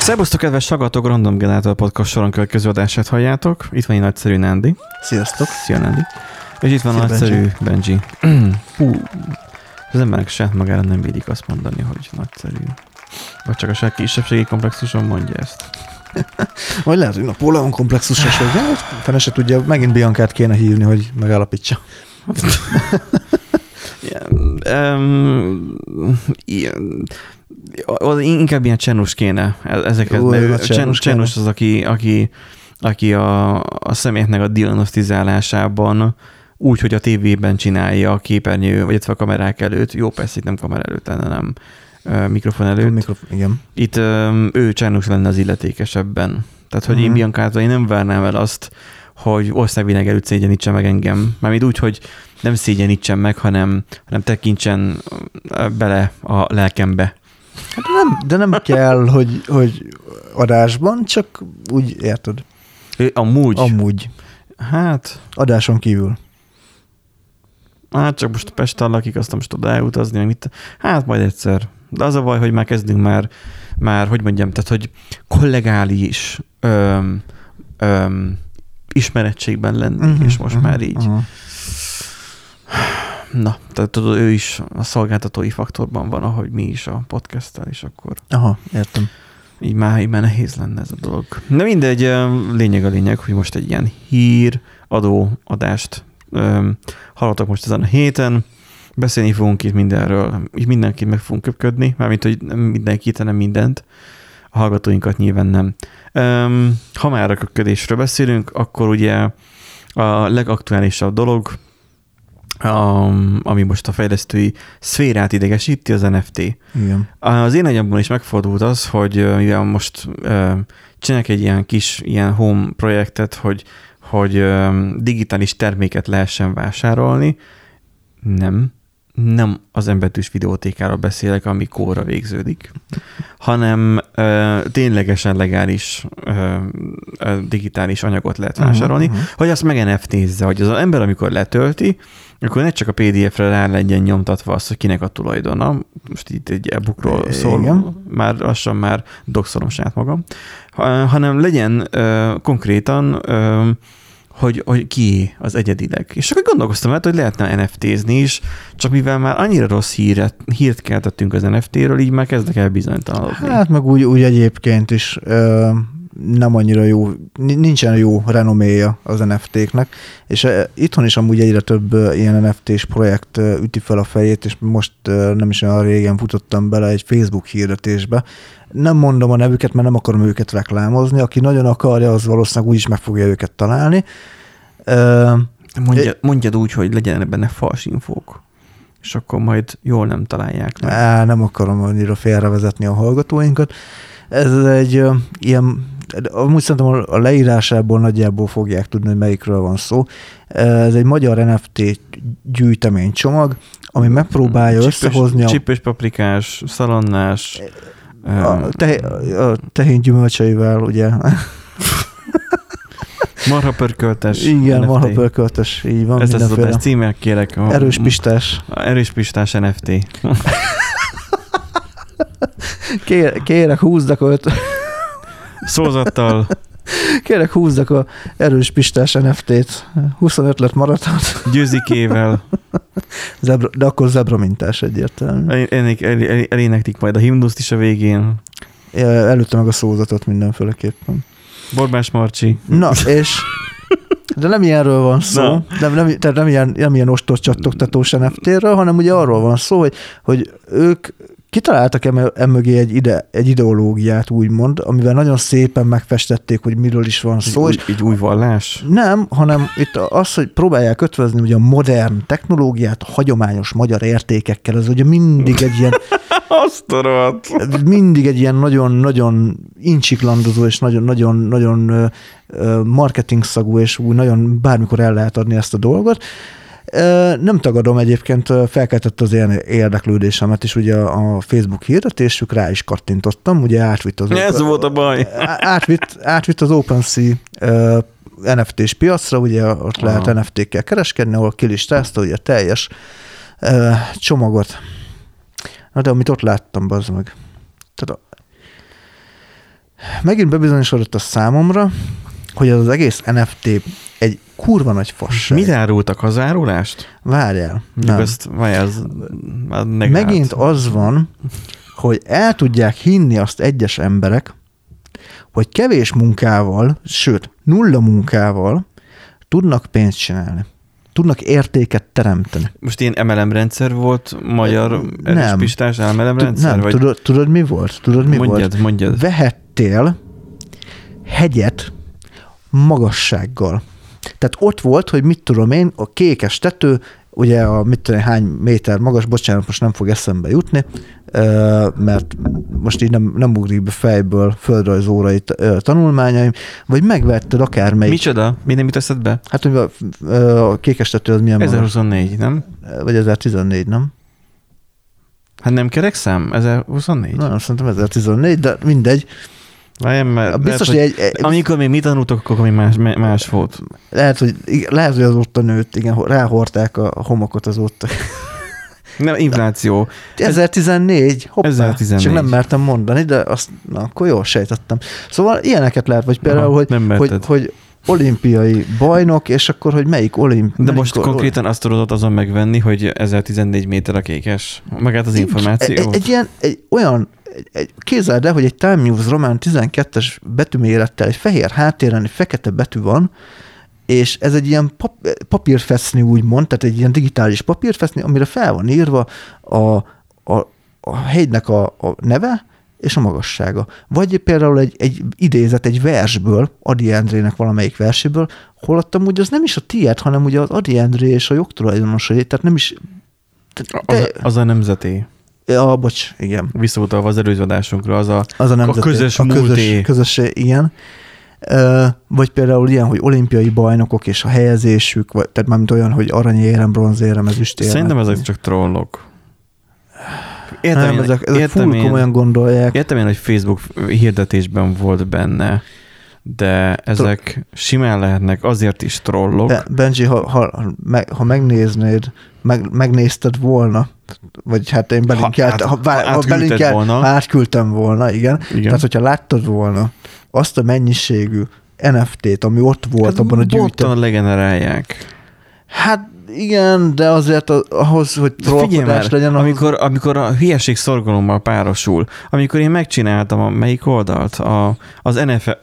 Szerbusztok, kedves hallgatók, Random Generator Podcast soron következő adását halljátok. Itt van egy nagyszerű Nándi. Sziasztok. Szia, Nándi. És itt van a nagyszerű Benji. Hú, az emberek saját magára nem védik azt mondani, hogy nagyszerű. Vagy csak a saját kisebbségi komplexuson mondja ezt. Vagy lehet, hogy Napóleon komplexusos vagy. Fene se tudja, megint Biancát kéne hívni, hogy megállapítsa. Inkább ilyen Csernus kéne ezeket. Csernus az, aki a személyeknek a diagnosztizálásában úgy, hogy a tévében csinálja a képernyő, vagy a kamerák előtt. Jó, persze itt nem kamera előtt lenne, nem mikrofon előtt. Igen. Itt ő Csernus lenne az illetékesebben. Tehát, hogy én Biancától én nem várnám el azt, hogy országvilág előtt szégyenítsen meg engem. Mármint úgy, hogy nem szégyenítsen meg, hanem tekintsen bele a lelkembe. Hát de nem kell, hogy adásban, csak úgy érted. Amúgy. Hát. Adáson kívül. Hát csak most Pesten lakik, azt most oda elutazni, meg mit. Hát majd egyszer. De az a baj, hogy már kezdünk már hogy mondjam, tehát, hogy kollegális ismerettségben lenni, és most már így. Na, tehát tudod, ő is a szolgáltatói faktorban van, ahogy mi is a podcasttel, és akkor... Aha, értem. Így már nehéz lenne ez a dolog. De mindegy, lényeg, hogy most egy ilyen híradó adást hallottak most ezen a héten. Beszélni fogunk itt mindenről. Így mindenkit meg fogunk köpködni, mármint, hogy nem mindenkit, hanem mindent. A hallgatóinkat nyilván nem. Ha már a köpködésről beszélünk, akkor ugye a legaktuálisabb dolog, ami most a fejlesztői szférát idegesíti, az NFT. Igen. Az én agyamban is megfordult az, hogy mivel most csinálják egy ilyen home projektet, hogy digitális terméket lehessen vásárolni. Nem az embetűs videótékáról beszélek, ami kóra végződik, hanem ténylegesen legális digitális anyagot lehet vásárolni, hogy azt meg NFT-zze, hogy az ember, amikor letölti, akkor ne csak a PDF-re rá legyen nyomtatva az, hogy kinek a tulajdona. Most itt egy e-bookról szól, már lassan már doxolom saját magam, hanem legyen konkrétan, hogy ki az egyedileg. És akkor gondolkoztam el, hogy lehetne NFT-zni is, csak mivel már annyira rossz hírt keltettünk az NFT-ről, így már kezdek el bizonytalanodni. Hát meg úgy egyébként is nem annyira jó, nincsen jó renoméja az NFT-knek, és itthon is amúgy egyre több ilyen NFT-s projekt üti fel a fejét, és most nem is olyan régen futottam bele egy Facebook hirdetésbe. Nem mondom a nevüket, mert nem akarom őket reklámozni. Aki nagyon akarja, az valószínűleg úgyis meg fogja őket találni. Mondjad úgy, hogy legyen benne fals infók, és akkor majd jól nem találják meg. Nem akarom annyira félrevezetni a hallgatóinkat. Ez egy ilyen, amúgy szerintem a leírásából nagyjából fogják tudni, hogy melyikről van szó. Ez egy magyar NFT gyűjteménycsomag, ami megpróbálja összehozni a... Csípős paprikás, szalonnás... A tehén gyümölcseivel, ugye. Marhapörköltes. Igen, marhapörköltes, így van. Ez az adás címek, kérek. Erős pistás. Erős pistás NFT. Kérek, húzdak őt. Szózattal. Kérek, húzdak a erős pistás NFT-t. 25 lett maradt. Győzikével. De akkor zebra mintás egyértelmű. Eléneklik majd a himnuszt is a végén. Előtte meg a szózatot mindenféleképpen. Borbás Marcsi. Na, és... De nem ilyenről van szó, tehát nem ilyen ostorcsattogtatós NFT-ről, hanem ugye arról van szó, hogy ők kitaláltak emögé egy ideológiát, úgymond, amivel nagyon szépen megfestették, hogy miről is van szó. Egy új vallás? Nem, hanem itt az, hogy próbálják ötvözni ugye a modern technológiát a hagyományos magyar értékekkel. Ez ugye mindig egy ilyen... mindig egy ilyen nagyon-nagyon incsiklandozó és nagyon-nagyon marketing szagú, és úgy nagyon bármikor el lehet adni ezt a dolgot. Nem tagadom, egyébként felkeltett az ilyen érdeklődésemet is, ugye a Facebook hirdetésük, rá is kattintottam, ugye átvitt az... Ez volt a baj. Átvitt az OpenSea NFT-s piacra, ugye ott lehet NFT-kkel kereskedni, ahol kilistázta ugye teljes csomagot. Na de amit ott láttam, bazd meg. Tehát megint bebizonyosodott a számomra, hogy az egész NFT egy kurva nagy fasság. Mit árultak? Az árulást? Várjál. Nem. Megint az van, hogy el tudják hinni azt egyes emberek, hogy kevés munkával, sőt, nulla munkával tudnak pénzt csinálni. Tudnak értéket teremteni. Most ilyen MLM rendszer volt, magyar erőspistás MLM rendszer? Nem, vagy? Tudod mi volt? Mondjad. Vehettél hegyet magassággal. Tehát ott volt, hogy mit tudom én, a kékes tető, ugye a mit tudom, hány méter magas, bocsánat, most nem fog eszembe jutni, mert most így nem ugrik be fejből földrajzórai tanulmányaim, vagy megvetted akármelyik. Micsoda? Mi nem jut eszedbe? Hát, hogy a kékes tető az milyen 1024, magas? nem? Vagy 1014, nem? Hát nem kerek szám? 1024? Nem, szerintem 1014, de mindegy. Várjál, mert biztos, lehet, hogy amikor még mi tanultok, akkor még más volt. Lehet, hogy azóta nőtt, igen, ráhordták a homokot azóta. Nem, infláció. 1014, hoppá, 1014. Csak nem mertem mondani, de azt, akkor jól sejtettem. Szóval ilyeneket lehet, vagy például, hogy olimpiai bajnok, és akkor, hogy melyik De most konkrétan azt tudod azon megvenni, hogy 1014 méter a kékes. Magát az információ. Képzeld el, hogy egy Time News román 12-es betűmérettel egy fehér háttéren egy fekete betű van, és ez egy ilyen papírfeszni úgymond, tehát egy ilyen digitális papírfeszni, amire fel van írva a hegynek a neve és a magassága. Vagy például egy idézet egy versből, Ady Endrének valamelyik verséből, holott amúgy az nem is a tiéd, hanem ugye az Ady Endré és a jogtulajdonosai, tehát nem is... Az a nemzeti. Ja, bocs, igen. Visszautalva az előző adásunkra, az a nemzeti, közös múlté. Közös, igen. Vagy például ilyen, hogy olimpiai bajnokok és a helyezésük, vagy, tehát mármint olyan, hogy aranyérem, bronzérem, ezüstérem. Szerintem ezek csak trollok. Ezek full komolyan gondolják. Értem én, hogy Facebook hirdetésben volt benne, de ezek simán lehetnek azért is trollok. Benji, ha megnéznéd, megnézted volna, vagy hát én átküldtem volna, igen. Tehát, hogyha láttad volna azt a mennyiségű NFT-t, ami ott volt abban a gyűjtőben. Bottan legenerálják. Hát igen, de azért ahhoz, hogy trollkodás legyen. Amikor a hülyeség szorgalommal párosul, amikor én megcsináltam melyik oldalt, az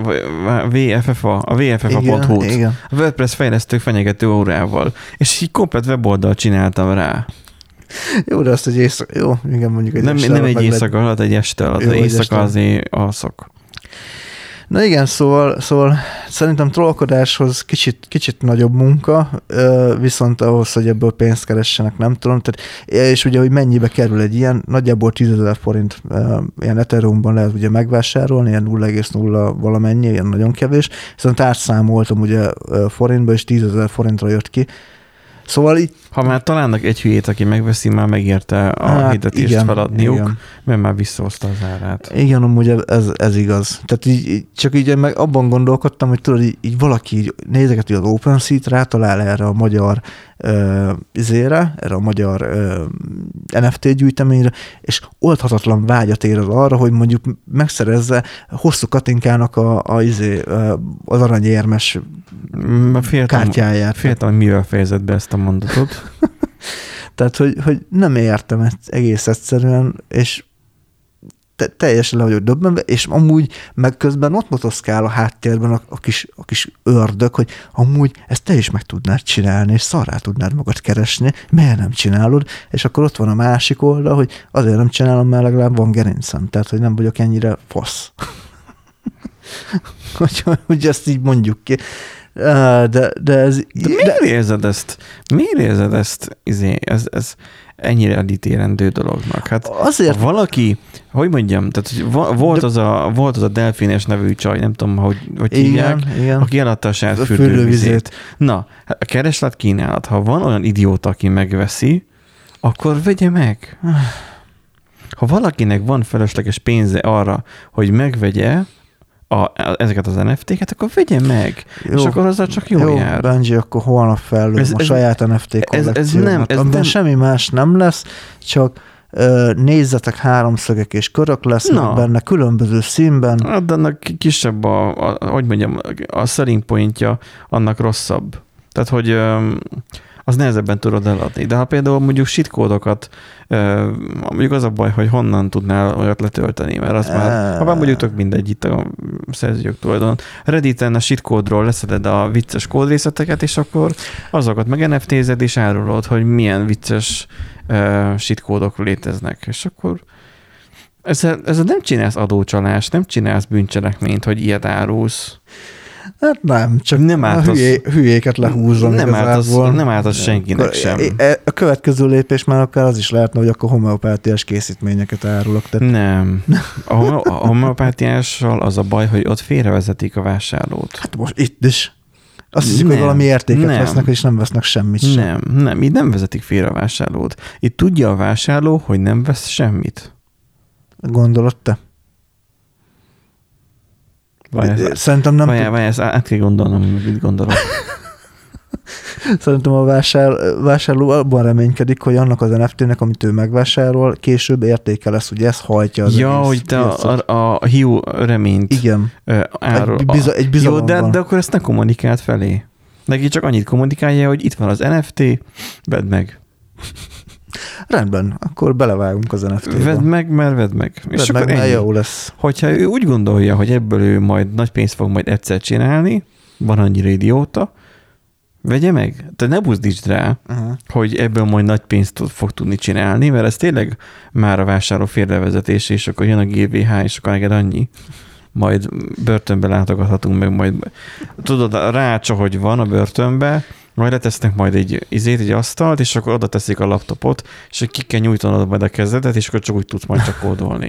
VFFA.hu-t, a WordPress fejlesztők fenyegető órával, és így komplet weboldalt csináltam rá. Jó, de azt egy éjszaka, jó, igen, mondjuk egy este. Nem egy éjszaka alatt, egy este alatt, az éjszaka azért alszok. Na igen, szóval szerintem trollkodáshoz kicsit nagyobb munka, viszont ahhoz, hogy ebből pénzt keressenek, nem tudom. Tehát, és ugye, hogy mennyibe kerül egy ilyen, nagyjából 10 000 forint ilyen Ethereumban lehet ugye megvásárolni, ilyen 0,0 valamennyi, ilyen nagyon kevés. Viszont átszámoltam ugye forintba, és 10 000 forintra jött ki. Szóval így... Ha már találnak egy hülyét, aki megveszi, már megérte a hirdetést feladniuk, igen. Mert már visszahozta az árát. Igen, amúgy ez igaz. Tehát csak így meg abban gondolkodtam, hogy tudod, így valaki így nézegeti az OpenSea-t, rátalál erre a magyar erre a magyar NFT gyűjteményre, és oldhatatlan vágyat érez arra, hogy mondjuk megszerezze hosszú Katinkának az aranyérmes kártyáját. Féltem, hogy mivel fejezed be ezt a mondatot. Tehát, hogy nem értem ezt egész egyszerűen, és teljesen le vagyok döbbenve, és amúgy meg közben ott motoszkál a háttérben a kis ördög, hogy amúgy ezt te is meg tudnád csinálni, és szarrá tudnád magad keresni, miért nem csinálod, és akkor ott van a másik oldal, hogy azért nem csinálom, mert legalább van gerincem, tehát, hogy nem vagyok ennyire fasz. hogy ezt így mondjuk ki. De miért érzed ezt? Miért érzed ezt? Ez ennyire elítélendő dolognak. Hát azért valaki, hogy mondjam, tehát volt az a delfines nevű csaj, nem tudom, hogy hívják, igen. Aki eladta a saját fürdővizét. Na, a kereslet kínálat, ha van olyan idióta, aki megveszi, akkor vegye meg. Ha valakinek van felesleges pénze arra, hogy megvegye ezeket az NFT-ket, akkor vegye meg. Jó, és akkor azzal csak jól jár. Benji, akkor holnap fellőm a saját NFT kollekciómat, amiben semmi más nem lesz, csak négyzetek, háromszögek és körök lesznek benne, különböző színben. Hát annak kisebb hogy mondjam, a selling pointja, annak rosszabb. Tehát, hogy az nehezebben tudod eladni. De ha például mondjuk shitkódokat, mondjuk az a baj, hogy honnan tudnál olyat letölteni, mert az már, ha mondjuk tök mindegy itt a szerzőjog tulajdon. Redditen a shitkódról leszeded a vicces kódrészleteket, és akkor azokat meg NFT-zed, és árulod, hogy milyen vicces shitkódok léteznek. És akkor ezzel nem csinálsz adócsalást, nem csinálsz bűncselekményt, hogy ilyet árulsz. Hát nem, csak nem hülyéket lehúzom igazából. Nem állt senkinek sem. A következő lépés már akár az is lehetne, hogy akkor homeopátiás készítményeket árulok. Tehát... Nem. A homeopátiással az a baj, hogy ott félrevezetik a vásárlót. Hát most itt is. Azt hiszik, hogy valami értéket vesznek, és nem vesznek semmit sem. Nem, így nem vezetik félre a vásárlót. Itt tudja a vásárló, hogy nem vesz semmit. Gondolod te? Szerintem nem Várjál, ezt át kell gondolnom, mit gondolok. Szerintem a vásárló abban reménykedik, hogy annak az NFT-nek, amit ő megvásárol, később értéke lesz, ugye ez hajtja az egész hogy te a hiú reményt árul. Egy bizalom jó, de akkor ezt ne kommunikált felé. Neki csak annyit kommunikálja, hogy itt van az NFT, vedd meg. Rendben, akkor belevágunk az NFT-be. Vedd meg, mert vedd meg. És vedd meg, mert jó lesz. Hogyha ő úgy gondolja, hogy ebből ő majd nagy pénzt fog majd egyszer csinálni, van annyira idióta, vegye meg. Te ne buzdítsd rá, hogy ebből majd nagy pénzt fog tudni csinálni, mert ez tényleg már a vásárló félrevezetés, és akkor jön a GVH, és akkor neked annyi. Majd börtönbe látogathatunk meg, majd tudod, a rácsa, hogy van a börtönbe, majd letesznek majd egy asztalt, és akkor oda teszik a laptopot, és ki kell nyújtanod majd a kezedet, és akkor csak úgy tudsz majd csak kódolni.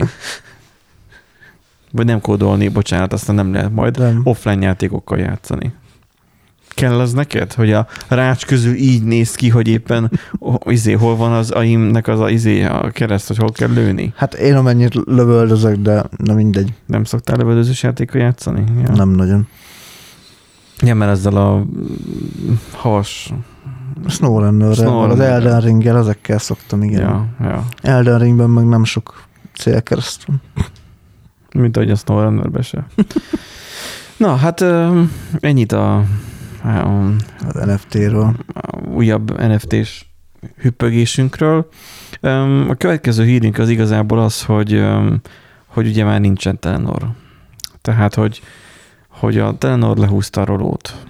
Vagy nem kódolni, bocsánat, aztán nem lehet majd offline játékokkal játszani. Kell az neked, hogy a rács közül így néz ki, hogy éppen hol van az AIM-nek a kereszt, hogy hol kell lőni? Hát én amennyit lövöldözök, de na mindegy. Nem szoktál lövöldözős játékkal játszani? Ja. Nem nagyon. Ja, mert ezzel a havas... SnowRunner-rel, az Elden Ring-el, ezekkel szoktam, igen. Ja. Elden Ringben meg nem sok célkereszt van. Mint ahogy a SnowRunner-be se. Na, hát ennyit az NFT-ről. Újabb NFT-s hüppögésünkről. A következő hírünk az igazából az, hogy ugye már nincsen Telenor. Tehát, hogy a Telenor lehúzta a rolót.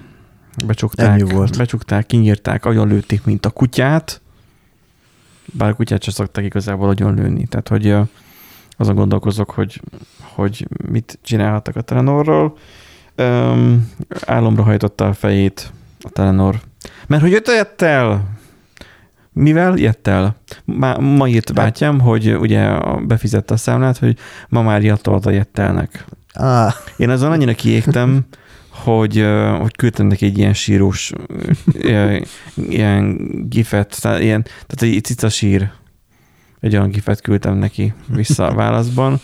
Becsukták, kinyírták, agyonlőtték, mint a kutyát. Bár a kutyát sem szokták igazából agyonlőni. Tehát, hogy azon gondolkozok, hogy mit csinálhattak a Telenorról. Álomra hajtotta a fejét a Telenor. Mert hogy jött el? Mivel jött el? Ma írt bátyám, hogy ugye befizette a számlát, hogy ma már jött a Jettelnek. Én azon annyira kiégtem, hogy küldtem neki egy ilyen sírós ilyen gifet, tehát egy cica sír. Egy olyan gifet küldtem neki vissza a válaszban.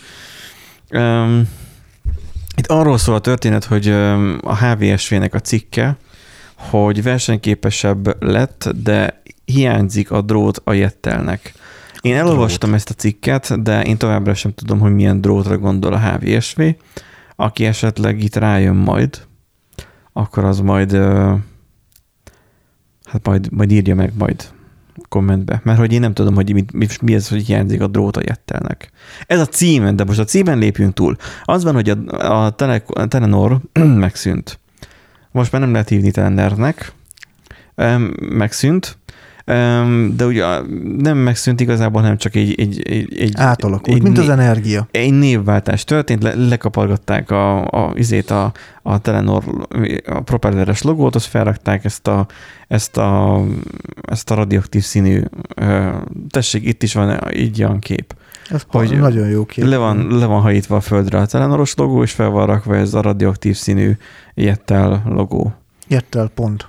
Itt arról szól a történet, hogy a HVSV-nek a cikke, hogy versenyképesebb lett, de hiányzik a drót a Jettelnek. Én elolvastam ezt a cikket, de én továbbra sem tudom, hogy milyen drótra gondol a HVSV. Aki esetleg itt rájön majd, akkor az majd írja meg majd kommentbe. Mert hogy én nem tudom, hogy mi ez, hogy hiányzik a drót a Jettelnek. Ez a címen, de most a címen lépjünk túl. Az van, hogy a Telenor megszűnt. Most már nem lehet hívni Telenernek. Megszűnt. De ugye nem megszűnt igazából, hanem csak egy átalakult, mint az energia. Egy névváltás történt, lekapargatták a Telenor a propelleres logót, azt felrakták ezt a radioaktív színű, tessék, itt is van így olyan kép. Ez hogy nagyon jó kép. Le van hajítva a földre a Telenoros logó, és fel van rakva ez a radioaktív színű Jettel logó. Jettel pont.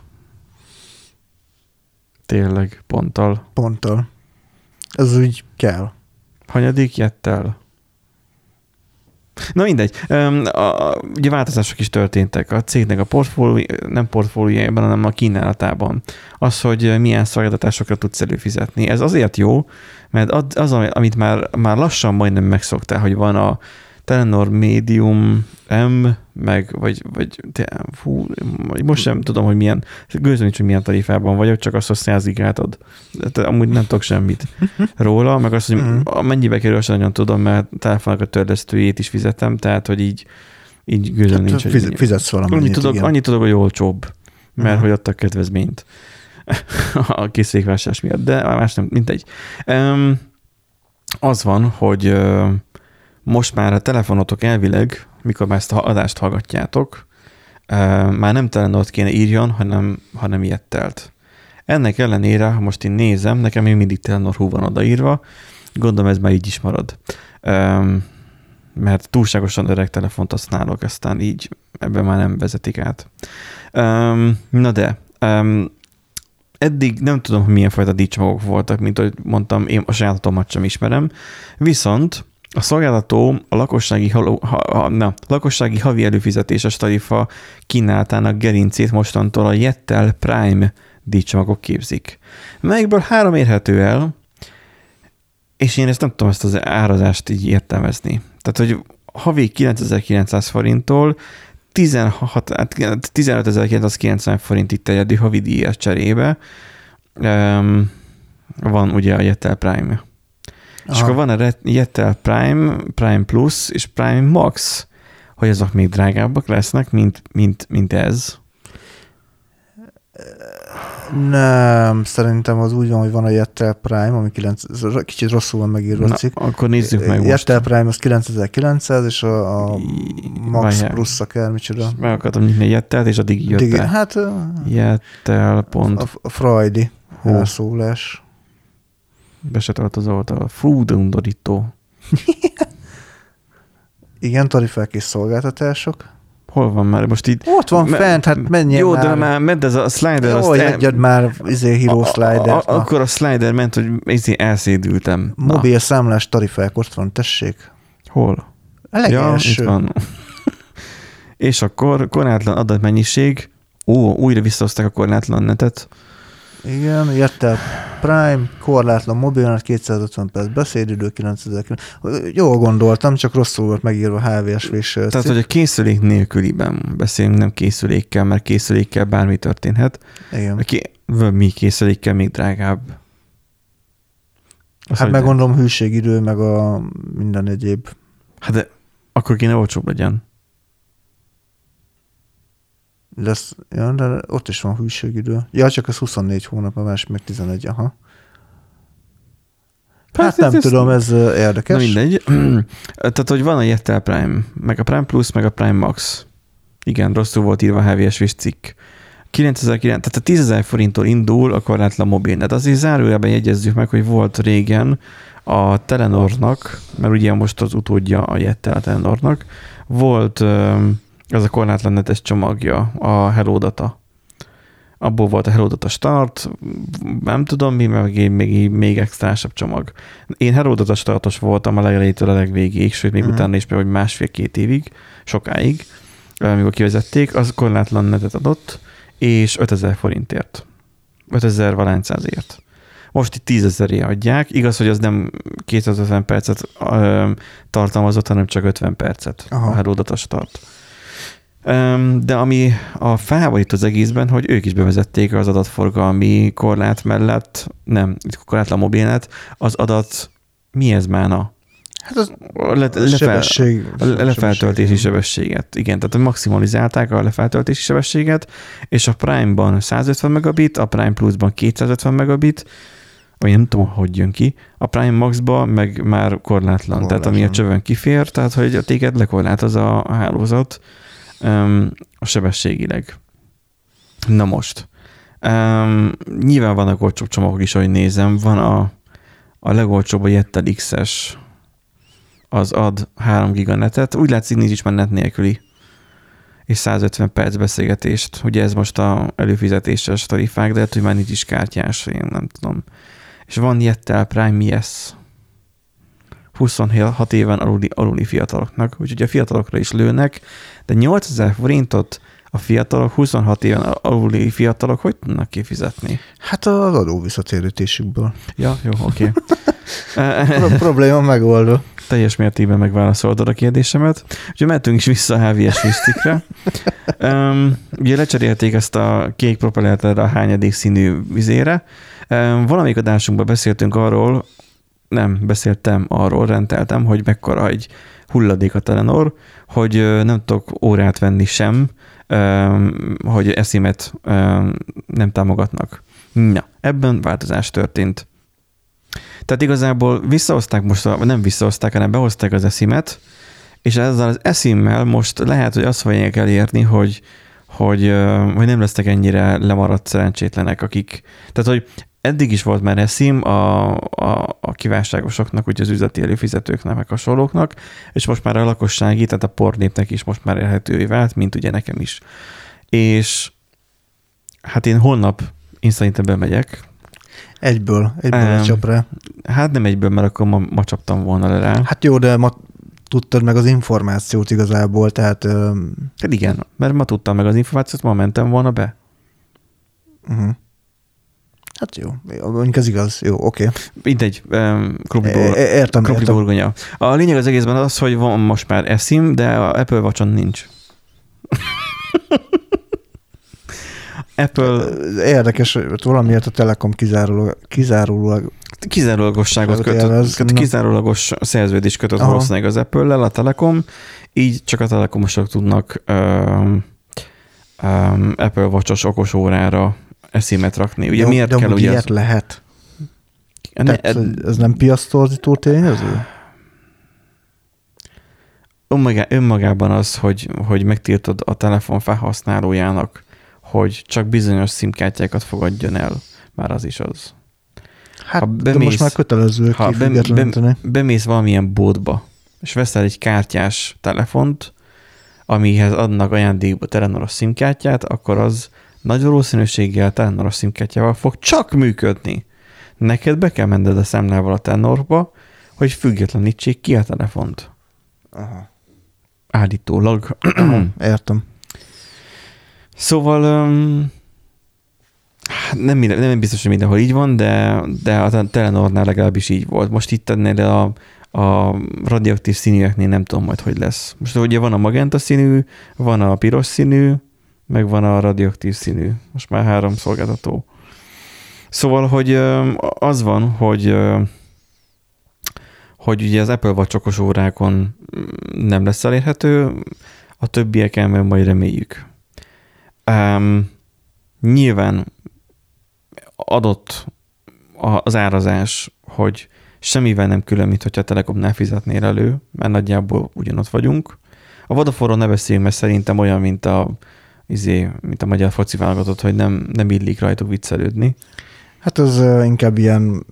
Tényleg, ponttal. Ponttal. Ez úgy kell. Hanyadik Jettel? Na mindegy. Ugye változások is történtek a cégnek a nem portfóliójában, hanem a kínálatában. Az, hogy milyen szolgáltatásokra tudsz előfizetni. Ez azért jó, mert az, amit már lassan majdnem megszoktál, hogy van a Telenor Medium M, vagy most sem tudom, hogy milyen, gőzöm nincs, hogy milyen tarifában vagyok, csak azt, hogy 100 gigát ad. De amúgy nem tudok semmit róla, meg azt, hogy mennyibe kerül, sem nagyon tudom, mert telefonnak a törlesztőjét is fizetem, tehát, hogy így gőzöm nincs. Fizetsz valamennyit, annyit tudok, hogy olcsóbb, mert hogy adtak kedvezményt a készülékvásárlás miatt, de más nem, mindegy. Az van, hogy most már a telefonotok elvileg, mikor már ezt a adást hallgatjátok, már nem Telenort kéne írjon, hanem Jettelt. Ennek ellenére, ha most én nézem, nekem még mindig Telenor Hú van odaírva, gondolom ez már így is marad. Mert túlságosan öreg telefont használok, aztán így ebben már nem vezetik át. Na de, eddig nem tudom, hogy milyen fajta díjcsomagok voltak, mint ahogy mondtam, én a sajátomat sem ismerem, viszont a szolgáltató a lakossági havi előfizetéses tarifa kínálatának gerincét mostantól a Jettel Prime díjcsomagok képzik, melyekből 3 érhető el, és én ezt nem tudom ezt az árazást így értelmezni. Tehát, hogy havi 9900 forinttól 15.990 forint itt terjedő havi díjas cserébe van ugye a Jettel Prime. Aha. És akkor van a Jettel Prime, Prime Plus és Prime Max, hogy azok még drágábbak lesznek, mint ez. Nem, szerintem az úgy van, hogy van a Jettel Prime, ami kicsit rosszul van megírva a cikk. Akkor nézzük meg Jettel Prime az 9900, és a Max Plus akár micsoda. Meg akartam nyitni a Jettelt, és addig jött be. Hát Jettel. A Freudi elszólás. Be se tartozott a Food undorító. Igen, tarifák és szolgáltatások. Hol van már? Most így... Ott van fent, hát menjél jó, már. Jó, de már ment ez a slider. Jó, hagyjad már Hero Slider. Akkor a slider ment, hogy elszédültem. Mobil számlás tarifák, ott van, tessék. Hol? A legelső. Ja, itt van. És akkor korlátlan adatmennyiség. Újra visszahozták a korlátlan netet. Igen, Jettel Prime, korlátlan mobilnet, 250 perc beszédidő, 9900. Jól gondoltam, csak rosszul volt megírva HVSV-s. Tehát, hogy a készülék nélküliben beszélünk, nem készülékkel, mert készülékkel bármi történhet. Igen. Mi készülékkel még drágább. Hát meg gondolom hűségidő, meg a minden egyéb. Hát de akkor kéne olcsóbb legyen. De ott is van hűségidő. Ja, csak az 24 hónap, a másik meg 11, aha. Hát nem tudom, ez érdekes. Na mindegy. Tehát, hogy van a Jettel Prime, meg a Prime Plus, meg a Prime Max. Igen, rosszul volt írva a HVSV-s cikk. 9900, tehát a 10.000 forinttól indul a korlátlan mobilnet. Azért zárójelben jegyezzük meg, hogy volt régen a Telenornak, mert ugye most az utódja a Jettel a Telenornak, volt az a korlátlan netes csomagja, a Hello Data. Abból volt a Hello Data Start, nem tudom mi, meg még extrásabb csomag. Én Hello Data Startos voltam a legelejétől a legvégéig, sőt még utána is, hogy 1,5-2 évig, sokáig, amikor kivezették, az korlátlan netet adott, és 5000 forintért. 5000 valányszázért. Most itt 10.000-ért adják. Igaz, hogy az nem 250 percet tartalmazott, hanem csak 50 percet. Aha. A Hello Data Start. De ami a felháborít az egészben, hogy ők is bevezették az adatforgalmi korlát mellett, nem, korlátlan mobilnet, az adat, mi ez mána? Hát az lefeltöltési sebességet. Igen, tehát maximalizálták a lefeltöltési sebességet, és a Prime-ban 150 megabit, a Prime Plus-ban 250 megabit, vagy nem tudom, hogy jön ki, a Prime Max-ba meg már korlátlan, tehát ami a csövön kifér, tehát hogy a téged lekorlátoz a hálózat a sebességileg. Na most. Nyilván vannak olcsóbb csomagok is, ahogy nézem. Van a legolcsóbb a Jettel X-es, az ad 3 giganetet. Úgy látszik, nincs is már net nélküli. És 150 perc beszélgetést. Ugye ez most a előfizetéses tarifák, de lehet, hogy már nincs is kártyás, én nem tudom. És van Jettel Prime Yes. 26 éven aluli fiataloknak, úgyhogy a fiatalokra is lőnek, de 8000 forintot a fiatalok, 26 éven aluli fiatalok hogy tudnak kifizetni? Hát az adó visszatérítésükből. Ja, jó, oké. Probléma megoldva. Teljes mértékben megválaszoltad a kérdésemet. Úgyhogy mehetünk is vissza a HVS Mysticre. Ugye lecserélték ezt a kék propellert erre a hányadik színű vizére. Valamelyik adásunkban beszéltem arról, rendeltem, hogy mekkora egy hulladék a Telenor, hogy nem tudok órát venni sem, hogy eszimet nem támogatnak. Na, ebben változás történt. Tehát igazából visszahozták most, nem visszahozták, hanem behozták az eszimet, és ezzel az eszimmel most lehet, hogy azt fogják elérni, hogy nem lesznek ennyire lemaradt szerencsétlenek, akik... Tehát, hogy eddig is volt már eszim a kívánságosoknak, úgy az üzleti előfizetőknek, meg hasonlóknak, és most már a lakossági, tehát a pornépnek is most már elérhetővé vált, mint ugye nekem is. És hát én szerintem bemegyek. Egyből csap rá. Hát nem egyből, mert akkor ma csaptam volna le rá. Hát jó, de ma tudtad meg az információt igazából, tehát... Hát igen, mert ma tudtam meg az információt, ma mentem volna be. Uh-huh. Hát jó, mondjuk ez igaz, jó, oké. Mindegy, értem. burgonya. A lényeg az egészben az, hogy van most már eSIM, de a Apple Watch-on nincs. Apple... Érdekes, hogy valamiért a Telekom kizárólagosságot kötött, kizárólagos szerződést kötött valószínűleg az Apple-lel, a Telekom, így csak a telekomosok tudnak Apple Watch-os okos órára eszimet rakni. Ugye miért de kell ugye ilyet lehet? Ez nem piasztorzító tényező? Önmagában az, hogy megtiltod a telefon felhasználójának, hogy csak bizonyos szimkártyákat fogadjon el, már az is az. Hát, de most már kötelező kifüggetleníteni. Bemész valamilyen boltba, és veszel egy kártyás telefont, amihez adnak ajándékba telenoros szimkártyát, akkor az nagy valószínűséggel telenoros szimkártyával fog csak működni. Neked be kell menned a számlával a Tenorba, hogy függetlenítsék ki a telefont. Aha. Állítólag. Értem. Szóval nem biztos, hogy mindenhol így van, de a Telenornál legalábbis így volt. Most itt ennél a radioaktív színűeknél nem tudom majd, hogy lesz. Most ugye van a magenta színű, van a piros színű, meg van a radioaktív színű. Most már 3 szolgáltató. Szóval, hogy az van, hogy ugye az Apple Watch okos órákon nem lesz elérhető, a többieken majd reméljük. Nyilván adott az árazás, hogy semmivel nem külön, mint hogyha a Telekomnál fizetnél elő, mert nagyjából ugyanott vagyunk. A Vodafone-ról ne beszéljünk, mert szerintem olyan, mint a magyar foci válogatott, hogy nem illik rajtuk viccelődni. Hát az inkább ilyen,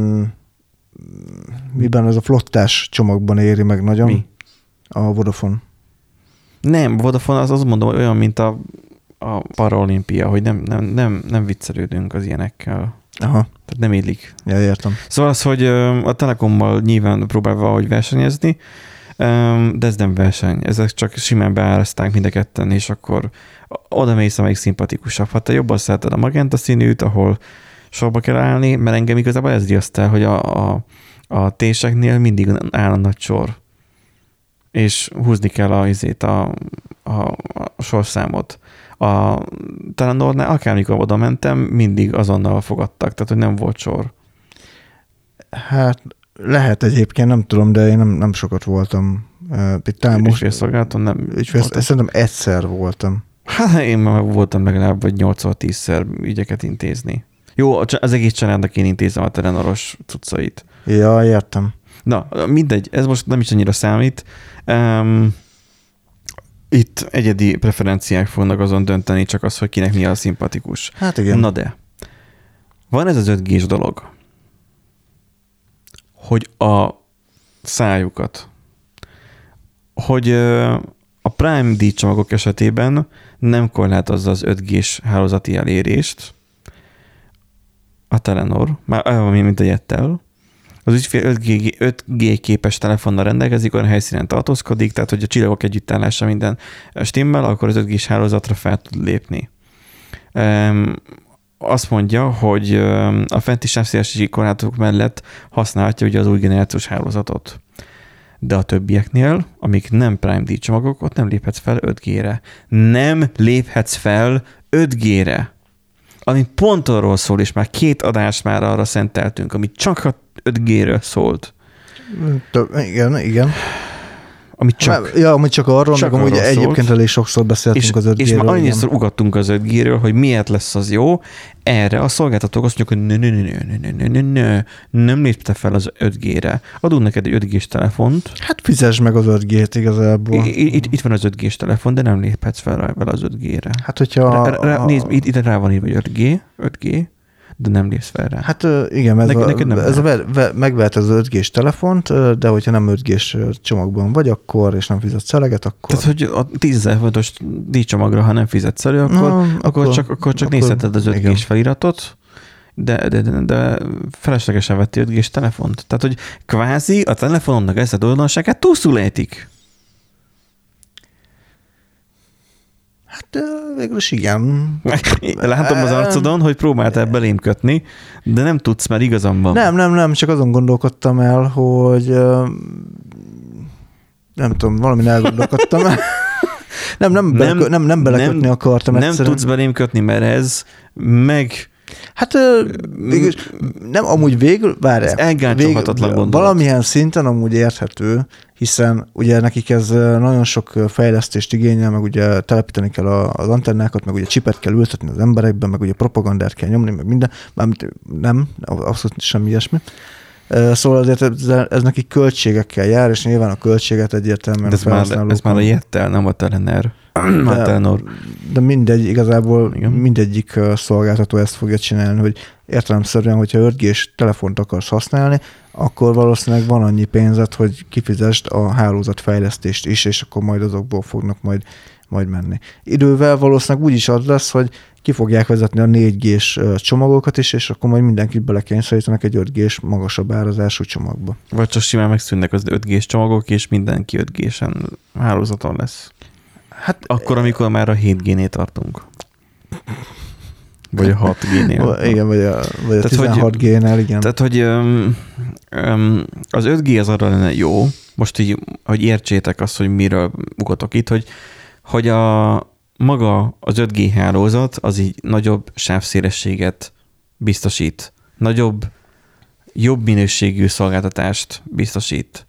miben ez a flottás csomagban éri meg nagyon. Mi? A Vodafone. Nem, Vodafone az mondom, hogy olyan, mint a Paralimpia, hogy nem viccelődünk az ilyenekkel. Aha. Tehát nem illik. Ja, értem. Szóval az, hogy a Telekommal nyilván próbál valahogy versenyezni, de ez nem verseny. Ezek csak simán beáraszták mind a ketten, és akkor oda mész, amelyik szimpatikusabb. Hát te jobban szereted a magenta színűt, ahol sorba kell állni, mert engem igazából ez riaszt el, hogy a téseknél mindig áll a nagy sor. És húzni kell a sorszámot. A Telenornál akármikor oda mentem, mindig azonnal fogadtak, tehát hogy nem volt sor. Hát lehet egyébként, nem tudom, de én nem sokat voltam. Ügyfélszolgálaton nem voltam. Szerintem egyszer voltam. Hát én már voltam legalább, vagy 8-10-szer ügyeket intézni. Jó, az egész családnak én intézem a telenoros cuccait. Ja, értem. Na, mindegy, ez most nem is annyira számít. Itt egyedi preferenciák fognak azon dönteni, csak az, hogy kinek mi a szimpatikus. Hát igen. Na de, van ez az 5G-s dolog, hogy a szájukat, hogy a Prime díjcsomagok esetében nem korlátozza az 5G-s hálózati elérést a Telenor, mint a Jettel, Az ügyfél 5G képes telefonnal rendelkezik, olyan helyszínen tartózkodik, tehát hogy a csillagok együttállása minden stimmel, akkor az 5G-s hálózatra fel tud lépni. Azt mondja, hogy a fenti sávszélességi korlátok mellett használhatja ugye az új generációs hálózatot. De a többieknél, amik nem Prime D csomagok, ott nem léphetsz fel 5G-re. Nem léphetsz fel 5G-re. Ami pont arról szól, és már 2 adást már arra szenteltünk, ami csak a 5G-ről szólt. Igen. Ami csak, ami csak arról, csak meg amúgy egyébként elég sokszor beszéltünk az 5G-ről. És már annyiszor ugattunk az 5G-ről, hogy miért lesz az jó. Erre a szolgáltatók azt mondják, hogy nem lépte fel az 5G-re. Adunk neked egy 5G-s telefont. Hát fizess meg az 5G-t igazából. Itt van az 5G-s telefon, de nem léphetsz fel vele az 5G-re. Hát hogyha... Nézd, ide rá van írva, hogy 5G, de nem lépsz fel rá. Hát igen, megvehet az 5G-s telefont, de hogyha nem 5G-s csomagban vagy, akkor, és nem fizetsz eleget, akkor... Tehát, hogy a 10.000 fontos díjcsomagra, ha nem fizetsz elő, akkor csak nézheted az 5G-s feliratot, de feleslegesen vettél 5G-s telefont. Tehát, hogy kvázi a telefononnak ezt a tulajdonságát túlszul ejtik. Hát végül is igen. Látom az arcodon, hogy próbáltál belém kötni, de nem tudsz, mert igazam van. Nem, csak azon gondolkodtam el, hogy nem tudom, valamin elgondolkodtam el. Nem belekötni akartam nem egyszerűen. Nem tudsz belém kötni, mert ez meg... Hát nem, amúgy végül, elgáncsolhatatlan gondolat. Valamilyen szinten amúgy érthető, hiszen ugye nekik ez nagyon sok fejlesztést igényel, meg ugye telepíteni kell az antennákat, meg ugye csipet kell ültetni az emberekben, meg ugye propagandát kell nyomni, meg minden. Nem, abszolút semmi ilyesmi. Szóval azért ez nekik költségekkel jár, és nyilván a költséget egyértelműen ez már a Jettel, nem a Telenor. De mindegy, igazából mindegyik szolgáltató ezt fogja csinálni, hogy értelemszerűen, hogyha 5G-s telefont akarsz használni, akkor valószínűleg van annyi pénzed, hogy kifizesd a hálózatfejlesztést is, és akkor majd azokból fognak majd menni. Idővel valószínűleg úgy is az lesz, hogy ki fogják vezetni a 4G-s csomagokat is, és akkor majd mindenkit belekényszerítenek egy 5G-s magasabb árazású csomagba. Vagy csak simán megszűnnek az 5G-s csomagok, és mindenki 5G-sen hálózaton lesz. Hát akkor, amikor már a 7G-nél tartunk. Vagy a 6G-nél. Igen, vagy a 16G-nél, igen. Tehát, hogy az 5G az arra lenne jó, most így, hogy értsétek azt, hogy miről ugatok itt, hogy maga az 5G hálózat az így nagyobb sávszélességet biztosít. Jobb minőségű szolgáltatást biztosít.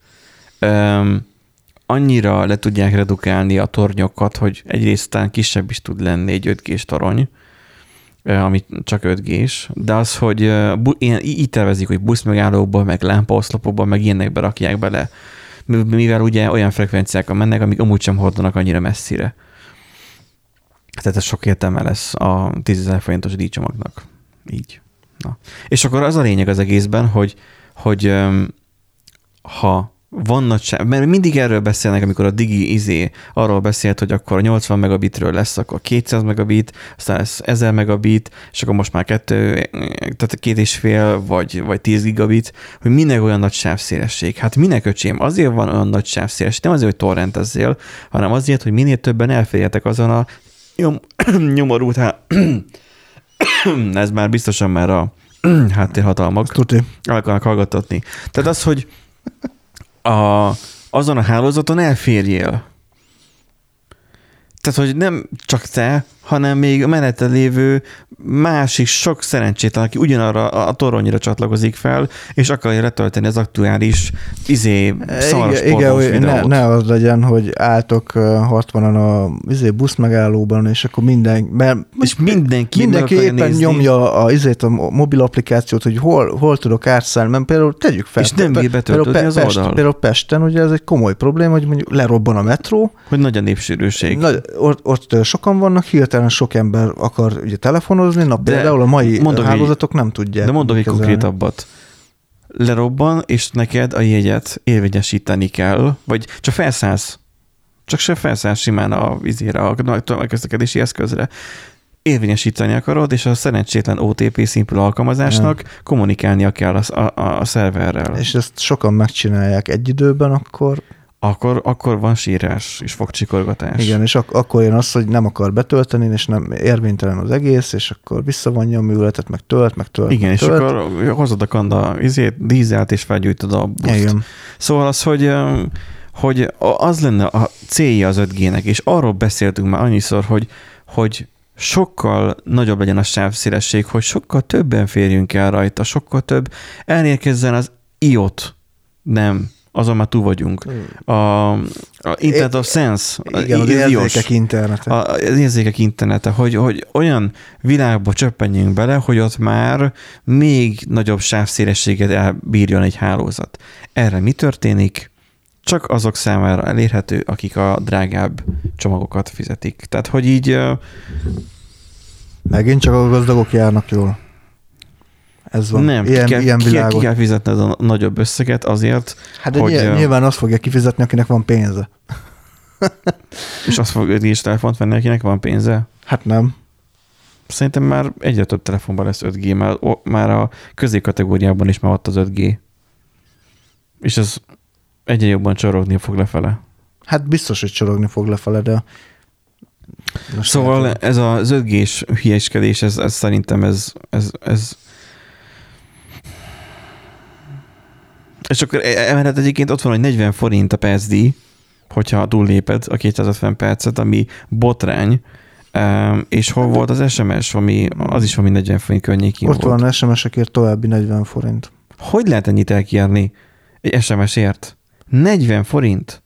Annyira le tudják redukálni a tornyokat, hogy egyrészt talán kisebb is tud lenni egy 5G-s torony, ami csak 5G-s, de az, hogy így tervezik, hogy buszmegállókban, meg lámpaoszlopokban, meg ilyenekbe rakják bele, mivel ugye olyan frekvenciákon mennek, amik amúgy sem hordanak annyira messzire. Tehát ez sok értelme lesz a 10.000 forintos díjcsomagnak. Így. Na. És akkor az a lényeg az egészben, hogy ha van nagy mert mindig erről beszélnek, amikor a Digi arról beszélt, hogy akkor a 80 megabitről lesz, akkor 200 megabit, aztán lesz 1000 megabit, és akkor most már 2,5 vagy 10 gigabit, hogy minek olyan nagy sávszélesség. Hát minek, öcsém? Azért van olyan nagy sávszélesség, nem azért, hogy torrentezzél, hanem azért, hogy minél többen elférjetek azon a nyomorult ez már biztosan már a háttérhatalmak el akarnak hallgattatni. Tehát az, hogy azon a hálózaton elférjél. Tehát, hogy nem csak te, hanem még a mellette lévő másik sok szerencsétlen, aki ugyanarra a toronyra csatlakozik fel, és akarja letölteni az aktuális szaros pornós videót. Ne az legyen, hogy álltok 60-an a busz megállóban, és akkor mindenki éppen nyomja a mobil applikációt, hogy hol tudok átszállni, mert például tegyük fel. És nem bír betöltődni az oldal. Például Pesten, ugye ez egy komoly probléma, hogy mondjuk lerobban a metró. Hogy nagy a népsűrűség. Ott sokan vannak, hirtelen sok ember akar ugye telefonozni, például a mai hálózatok nem tudják. De mondom egy konkrétabbat. Lerobban, és neked a jegyet érvényesíteni kell, vagy csak felszállsz. Csak se felszállsz simán a közlekedési eszközre. érvényesíteni akarod, és a szerencsétlen OTP szimpla alkalmazásnak kommunikálnia kell a szerverrel. És ezt sokan megcsinálják egy időben, akkor van sírás és fogcsikorgatás. Igen, és akkor jön az, hogy nem akar betölteni, és nem érvénytelen az egész, és akkor visszavonja a műveletet, meg tölt. Igen, és akkor hozod a kanda dízelt, és felgyújtod a buszt. Igen. Szóval az, hogy az lenne a célja az 5G-nek, és arról beszéltünk már annyiszor, hogy sokkal nagyobb legyen a sávszélesség, hogy sokkal többen férjünk el rajta, sokkal több elérkezzen az IoT. Nem, azon már túl vagyunk. A Internet of Sense. Igen, az érzékek internete. Az érzékek internete, hogy olyan világba csöppenjünk bele, hogy ott már még nagyobb sávszélességet elbírjon egy hálózat. Erre mi történik? Csak azok számára elérhető, akik a drágább csomagokat fizetik. Tehát, hogy így... Megint csak a gazdagok járnak jól. Ez van. Nem, ilyen ki kell fizetni a nagyobb összeget azért, hát hogy... nyilván azt fogja kifizetni, akinek van pénze. És azt fogja is telefont venni, akinek van pénze? Hát nem. Szerintem már egyre több telefonban lesz 5G, már a középkategóriában is már ott az 5G. És ez egyre jobban csorogni fog lefele. Hát biztos, hogy csorogni fog lefele, de... Szóval ez az 5G-s hülyeskedés, ez szerintem ez és akkor emellett egyébként ott van, hogy 40 forint a percdíj, hogyha túlléped a 250 percet, ami botrány, és hol volt az SMS, ami az is valami 40 forint környékén ott volt. Van SMS-ekért további 40 forint. Hogy lehet ennyit elkérni egy SMS-ért? 40 forint?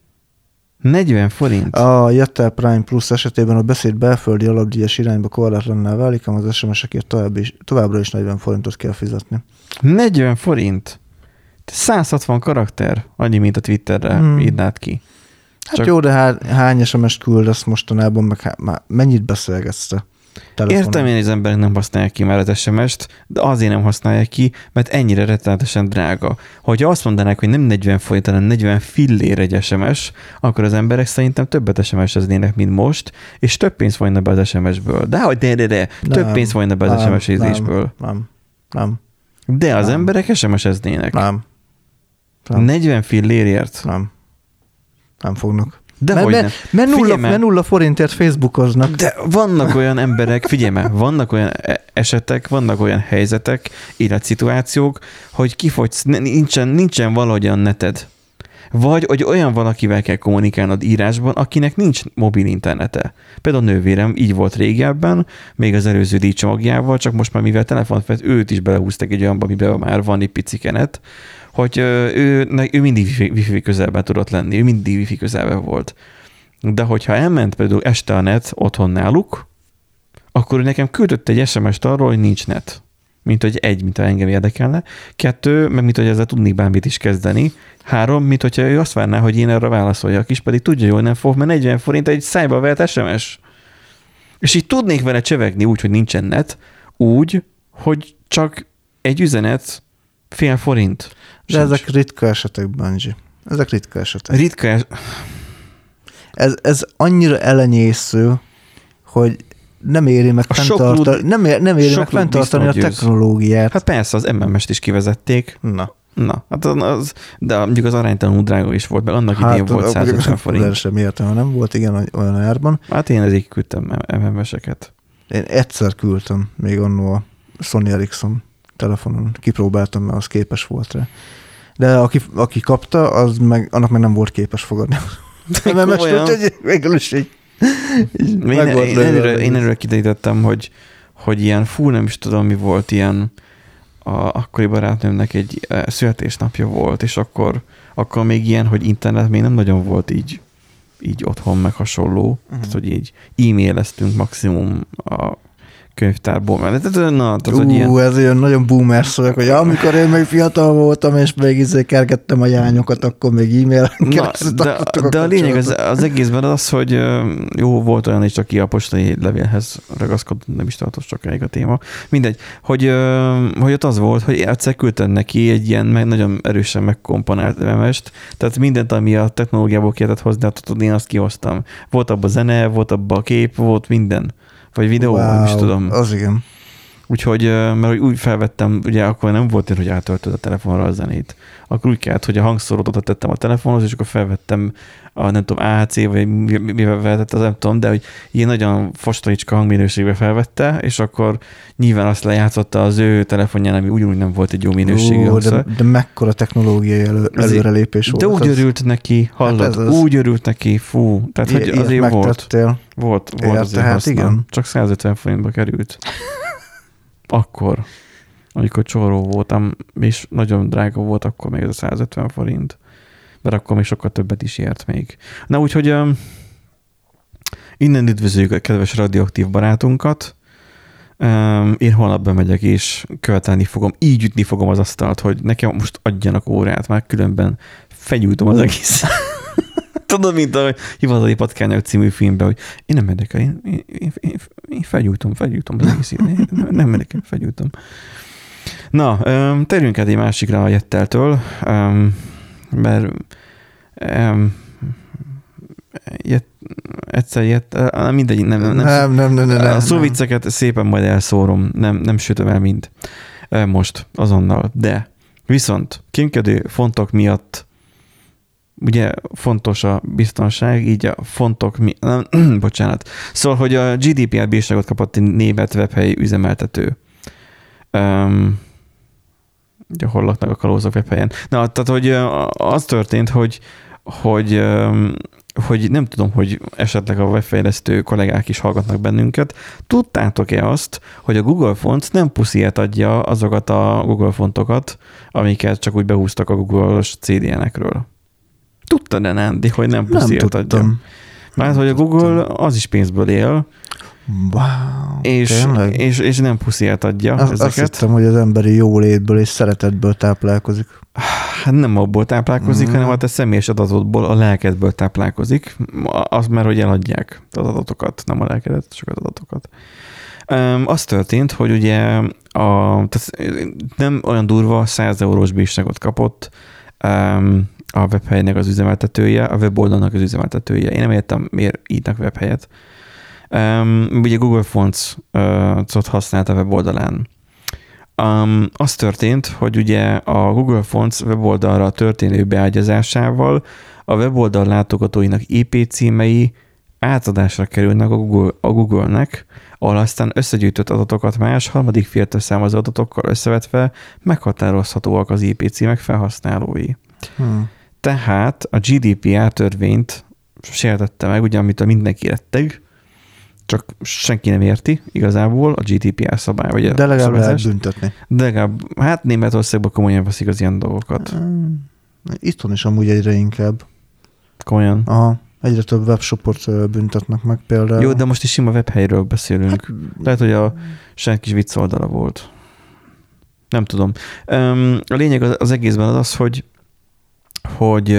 40 forint? A Jettel Prime Plus esetében a beszéd belföldi alapdíjas irányba korlátlanná válik, ám az SMS-ekért továbbra is 40 forintot kell fizetni. 40 forint? 160 karakter, annyi, mint a Twitterre írnád ki. Hát csak... jó, de hány SMS-t küldesz mostanában, meg mennyit beszélgetsz te? Értem én, hogy az emberek nem használják ki már az SMS-t, de azért nem használják ki, mert ennyire rettenetesen drága. Hogyha azt mondanák, hogy nem 40 forint, hanem 40 fillér egy SMS, akkor az emberek szerintem többet SMS-eznének, mint most, és több pénz folyna be az SMS-ből. De, több pénz folyna be az SMS-ezésből. Nem. De az emberek SMS-eznének. Nem. 40 fillérért? Nem fognak. De mert nulla forintért Facebookoznak. De vannak olyan emberek, figyelj már, vannak olyan esetek, vannak olyan helyzetek, életszituációk, hogy kifogysz, nincsen valahogyan neted. Vagy hogy olyan valakivel kell kommunikálnod írásban, akinek nincs mobil internete. Például a nővérem így volt régebben, még az előző díjcsomagjával, csak most már mivel telefont vett, őt is belehúztak egy olyanba, amiben már van egy pici kenet, hogy ő mindig wifi közelben tudott lenni, ő mindig wifi közelben volt. De hogyha elment például este a net otthon náluk, akkor ő nekem küldött egy SMS-t arról, hogy nincs net. Mint hogy mint ha engem érdekelne. 2, meg mint hogy ezzel tudnék bármit is kezdeni. 3, mint hogyha ő azt várná, hogy én erre válaszoljak is, pedig tudja, hogy nem fog, mert 40 forint egy szájba vett SMS. És így tudnék vele csevegni úgy, hogy nincsen net, úgy, hogy csak egy üzenet fél forint. De ezek ritka esetek, Benji. Ezek ritka esetek. Ez annyira elenyésző, hogy nem éri meg fenntartani a technológiát. Hát persze, az MMS-t is kivezették. Na, hát de mondjuk az aránytalanul drága is volt, mert annak idén volt 150 forint. Sem értem, nem volt igen olyan árban. Hát én ezért küldtem MMS-eket. Én egyszer küldtem, még annó a Sony Ericsson telefonon. Kipróbáltam, mert az képes volt rá. De aki kapta, annak meg nem volt képes fogadni. Végül is így. Én erről kiderítettem, hogy ilyen nem is tudom, mi volt, ilyen akkori barátnőmnek egy születésnapja volt, és akkor még ilyen, hogy internet még nem nagyon volt így otthon, meg hasonló. Tehát, hogy így e-maileztünk maximum a könyvtárból. Ez ilyen nagyon boomer szöveg, hogy amikor én még fiatal voltam, és még kergettem a jányokat, akkor még e-mailen keresztül de a lényeg az egészben az, hogy jó, volt olyan is, aki a postai levélhez ragaszkodott, nem is tartott sokáig a téma. Mindegy, hogy ott az volt, hogy egyszer küldtem neki egy ilyen nagyon erősen megkomponált MMS-t, tehát mindent, ami a technológiából kellett hozni, én azt kihoztam. Volt abban zene, volt abban a kép, volt minden. vagy videó, nem is tudom. Az igen. Úgyhogy, mert úgy felvettem, ugye akkor nem volt én, hogy átöltöd a telefonra a zenét. Akkor úgy kellett, hogy a hangszórót oda tettem a telefonhoz, és akkor felvettem a nem tudom, AHC, vagy mivel vehetett, az nem tudom, de hogy ilyen nagyon fostalicska hangminőségbe felvette, és akkor nyilván azt lejátszotta az ő telefonján, ami úgy nem volt egy jó minőségű hangszer. De mekkora technológiai előrelépés volt. De úgy örült neki, hallod, hát úgy örült neki, fú. Tehát, hogy azért volt azért haszna. Igen. Csak 150 forintba került. Akkor, amikor csoró voltam, és nagyon drága volt, akkor még ez a 150 forint. Mert akkor még sokkal többet is ért még. Na úgyhogy innen üdvözöljük a kedves radioaktív barátunkat. Én holnap bemegyek, és követelni fogom, így ütni fogom az asztalt, hogy nekem most adjanak órát, már különben felgyújtom az egész. Tudod, mint a Hivatali Patkányok című filmben, hogy én nem megyek el, én felgyújtom az egész, nem megyek el, felgyújtom. Na, terjünk át egy másikra a Jetteltől, mert mindegy, nem. A szóvicceket szépen majd elszórom, nem sütöm el mind most, azonnal. De viszont kémkedő fontok miatt ugye fontos a biztonság, így a fontok bocsánat. Szóval, hogy a GDPR bírságot kapott egy német webhely üzemeltető. Ugye hol laknak a kalózok webhelyen. Na, tehát, hogy az történt, hogy nem tudom, hogy esetleg a webfejlesztő kollégák is hallgatnak bennünket. Tudtátok-e azt, hogy a Google Fonts nem pusziet adja azokat a Google fontokat, amiket csak úgy behúztak a Google-os CDN-ekről? Tudtad-e, Nándi, hogy nem pusziet adja? Mert hogy a Google az is pénzből él, wow, és nem pusziet adja ezeket. Azt hittem, hogy az emberi jólétből és szeretetből táplálkozik. Hát nem abból táplálkozik, hanem a te személyes adatodból, a lelkedből táplálkozik. Az már, hogy eladják az adatokat, nem a lelkedet, csak az adatokat. Az történt, hogy ugye tehát nem olyan durva, 100 eurós bírságot kapott a webhelynek az üzemeltetője, a weboldalnak az üzemeltetője. Én nem értem, miért írnak webhelyet. Ugye Google Fonts-ot használt a weboldalán. Az történt, hogy ugye a Google Fonts weboldalra történő beágyazásával a weboldal látogatóinak IP címei átadásra kerülnek a Google-nek, ahol aztán összegyűjtött adatokat más harmadik féltől származó adatokkal összevetve meghatározhatóak az IP címek felhasználói. Tehát a GDPR törvényt sértette meg, ugye, amit a mindenki retteg, csak senki nem érti igazából a GDPR szabály. Vagy de legalább lehet büntetni. De legalább, hát Németországban komolyan veszik az ilyen dolgokat. Itthon is amúgy egyre inkább. Komolyan? Aha. Egyre több webshopot büntetnek meg például. Jó, de most is sima webhelyről beszélünk. Hát, lehet, hogy a saját kis vicc oldala volt. Nem tudom. A lényeg az egészben az, hogy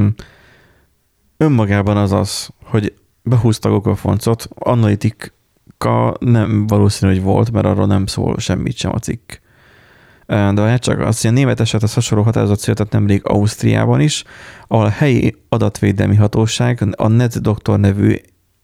önmagában az, hogy behúzta a Google Fontsot, analitika nem valószínű, hogy volt, mert arról nem szól semmit sem a cikk. De csak az, hogy a német eset az hasonló határozat született nemrég Ausztriában is, ahol a helyi adatvédelmi hatóság a NetDoctor nevű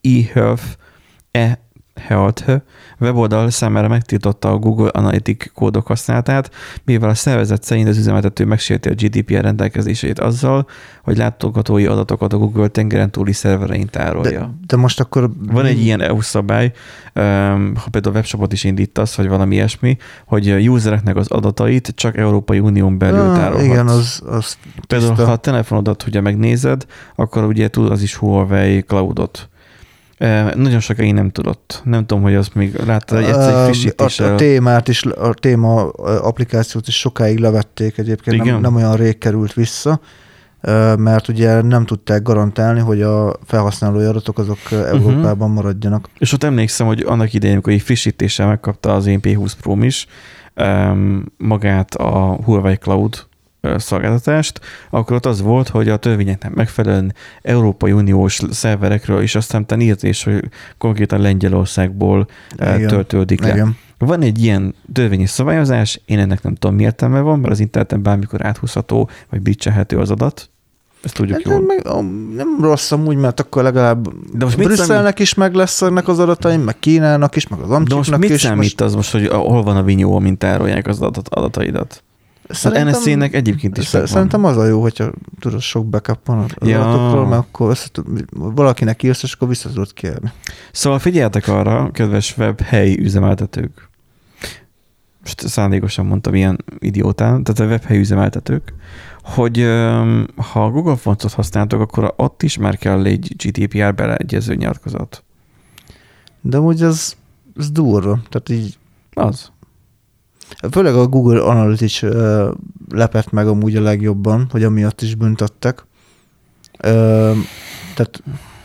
eHealth weboldal számára megtiltotta a Google Analytics kódok használatát, mivel a szervezet szerint az üzemeltető megsérti a GDPR rendelkezéseit azzal, hogy látogatói adatokat a Google tengeren túli szerverein tárolja. De most akkor... Van egy ilyen EU szabály, ha például webshopot is indítasz, vagy valami ilyesmi, hogy a usereknek az adatait csak Európai Unión belül tárolhatsz. Igen, az például, ha a telefonodat ugye megnézed, akkor ugye tud az is Huawei Cloudot. Nagyon sokáig nem tudott. Nem tudom, hogy azt még láttad egy frissítéssel. A téma applikációt is sokáig levették egyébként, nem olyan rég került vissza, mert ugye nem tudták garantálni, hogy a felhasználói adatok azok Európában maradjanak. És ott emlékszem, hogy annak idején, amikor egy frissítéssel megkapta az én P20 Pro-m is magát a Huawei Cloud szolgáltatást, akkor ott az volt, hogy a törvényeknek megfelelően Európai Uniós szerverekről is aztán írt is, hogy konkrétan Lengyelországból töltődik le. Igen. Van egy ilyen törvényi szabályozás, én ennek nem tudom mi értelme van, mert az interneten bármikor áthúzható, vagy bridge-elhető az adat. Ezt tudjuk jól. Nem rossz amúgy, mert akkor legalább Brüsszelnek is meg lesz ennek az adataim, meg Kínának is, meg az Amcsipnak is. De most mit számít az most, hogy hol van a vinyó, amint tárolják az adataidat? Az NSC-nek egyébként is szerintem az a jó, hogyha tudod, sok backup van az adatokról, mert akkor valakinek írsz, és akkor vissza tudod kérni. Szóval figyeljetek arra, kedves webhelyi üzemeltetők, most szándékosan mondtam ilyen idiótán, tehát a webhelyi üzemeltetők, hogy ha a Google Fontsot használtok, akkor ott is már kell egy GDPR beleegyező nyilatkozat. De úgy ez durva, tehát így... Az. Főleg a Google Analytics lepett meg amúgy a legjobban, hogy amiatt is büntettek. Tehát...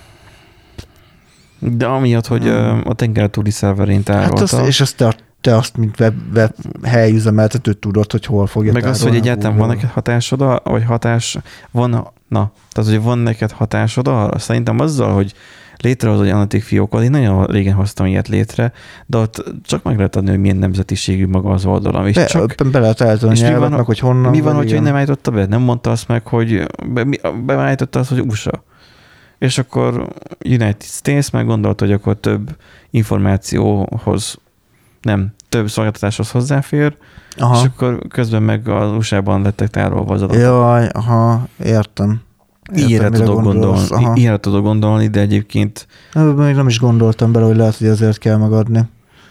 De amiatt, hogy a tengertúli szerverén tárolta. Hát és te azt, mint web helyüzemeltető tudod, hogy hol fogja meg tárolni. Meg az, hogy egyáltalán van neked hatásod, vagy tehát, hogy van neked hatásod arra. Szerintem azzal, hogy létrehoz egy analitik fiókot, én nagyon régen hoztam ilyet létre, de ott csak meg lehet adni, hogy milyen nemzetiségű maga az oldalam. És csak be lehet állítani nyelvetnek, hogy honnan. Mi van, hogy nem állította be? Nem mondta azt meg, hogy beállította azt, hogy USA. És akkor United States meg gondolta, hogy akkor több információhoz, több szolgáltatáshoz hozzáfér, aha. És akkor közben meg az USA-ban lettek tárolva az adatok. Jaj, aha, értem. Ilyenre tudok gondolni, de egyébként... Még nem is gondoltam bele, hogy lehet, hogy azért kell megadni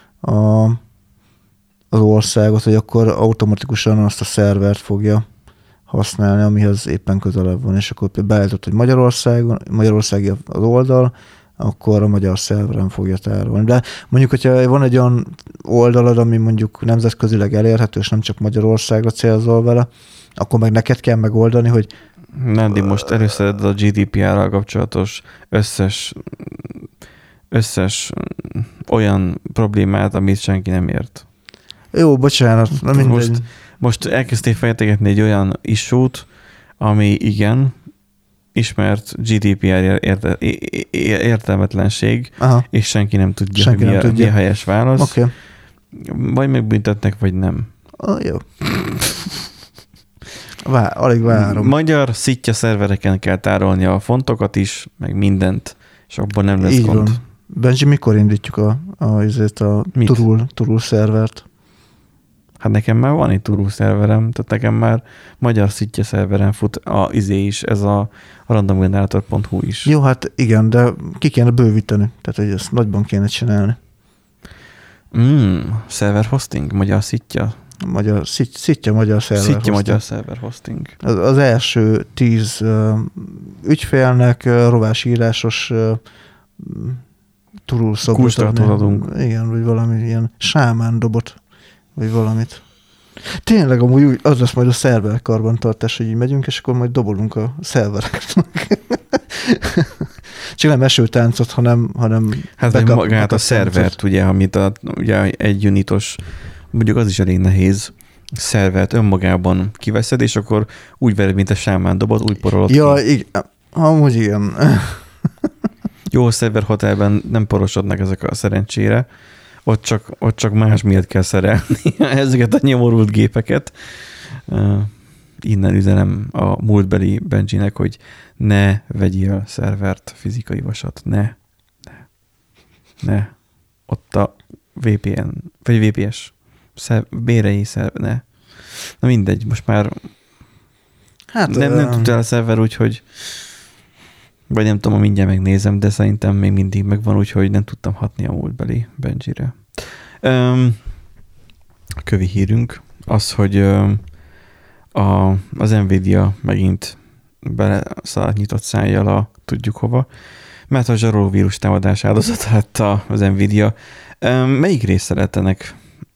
az országot, hogy akkor automatikusan azt a szervert fogja használni, amihez éppen közelebb van, és akkor beállított, hogy Magyarországi az oldal, akkor a magyar szerveren fogja tárolni. De mondjuk, hogyha van egy olyan oldalad, ami mondjuk nemzetközileg elérhető, és nem csak Magyarországra célzol vele, akkor meg neked kell megoldani, hogy Nandi, most előszeded a GDPR-ral kapcsolatos összes olyan problémát, amit senki nem ért. Jó, bocsánat. Na most elkezdték fejtegetni egy olyan issue-t, ami igen, ismert GDPR értelmetlenség, aha. És senki nem tudja, mi a helyes válasz. Okay. Vagy megbüntetnek, vagy nem. Jó. Alig várom. Magyar szitja szervereken kell tárolni a fontokat is, meg és abban nem lesz így gond. Van. Benji, mikor indítjuk a Turul szervert? Hát nekem már van egy Turul szerverem, tehát nekem már magyar szitja szerveren fut is, ez a randomgenerator.hu is. Jó, hát igen, de ki kéne bővíteni, tehát hogy ezt nagyban kéne csinálni. Server hosting, magyar szitja. Magyar server hosting. Magyar server hosting. Az első 10 ügyfélnek rovásírásos Turul szobot adunk. Igen, vagy valami ilyen sámán dobot, vagy valamit. Tényleg amúgy az lesz majd a szerver karbantartás, hogy így megyünk, és akkor majd dobolunk a szervereknek. Csak nem esőtáncot, hanem hát vagy magát a szervert, ugye, amit ugye egy unitos, mondjuk az is elég nehéz, szervert önmagában kiveszed, és akkor úgy vered, mint a sámán dobod, úgy porolod ki. Ja, igen. Amúgy igen. Jó szerver hotelben nem porosodnak ezek a szerencsére. Ott csak más miatt kell szerelni ezeket a nyomorult gépeket. Innen üzenem a múltbeli Benjinek, hogy ne vegyél szervert, fizikai vasat. Ne. Ott a VPN, vagy VPS. Bérei szerver, ne. Na mindegy, most már nem tudtál a szerver, úgyhogy vagy nem tudom, mindjárt megnézem, de szerintem még mindig megvan, úgyhogy nem tudtam hatni a múltbeli Benjire. A kövi hírünk az, hogy az Nvidia megint beleszállt nyitott szájjal a tudjuk hova, mert a zsarolóvírus támadás áldozata lett az Nvidia. Melyik része lett ennek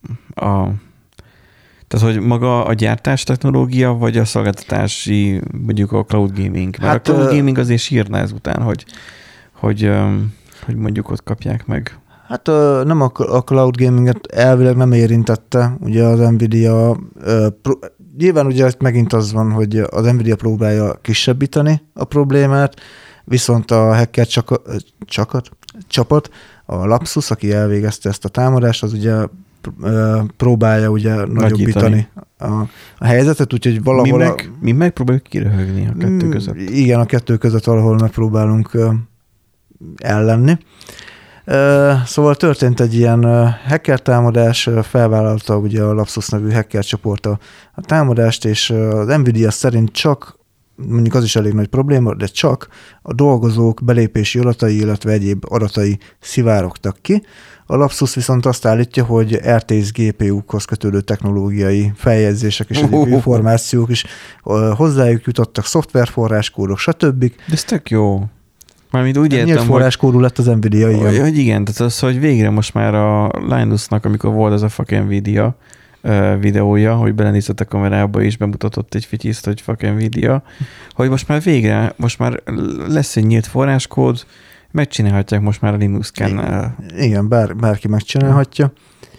tehát, hogy maga a gyártás technológia, vagy a szolgáltatási, mondjuk a cloud gaming? Mert hát, a cloud gaming azért sírna ezután, hogy mondjuk ott kapják meg. Hát nem a cloud gaminget elvileg nem érintette, ugye az Nvidia, nyilván ugye megint az van, hogy az Nvidia próbálja kisebbíteni a problémát, viszont a hacker csapat, a Lapsus, aki elvégezte ezt a támadást, az ugye próbálja ugye nagyobbítani a helyzetet, úgyhogy valahol... Mi megpróbáljuk kiröhögni a kettő között. Igen, a kettő között valahol megpróbálunk ellenni. Szóval történt egy ilyen hacker támadás, felvállalta ugye a Lapsus nevű hacker csoport a támadást, és az Nvidia szerint csak, mondjuk az is elég nagy probléma, de csak a dolgozók belépési adatai, illetve egyéb adatai szivárogtak ki. A Lapsus viszont azt állítja, hogy RTX GPU-khoz kötődő technológiai feljegyzések és egyéb információk is hozzájuk jutottak, szoftverforráskódok, stb. De ez tök jó. Mármint úgy értem, nyílt forráskódú lett az Nvidia, igen. Hogy igen, tehát az, hogy végre most már a Linusnak, amikor volt ez a fuck Nvidia videója, hogy belenézett a kamerába és bemutatott egy fityiszt, hogy fuck Nvidia, hogy most már végre, most már lesz egy nyílt forráskód, megcsinálhatják most már a Linux kernel. Igen, bárki megcsinálhatja.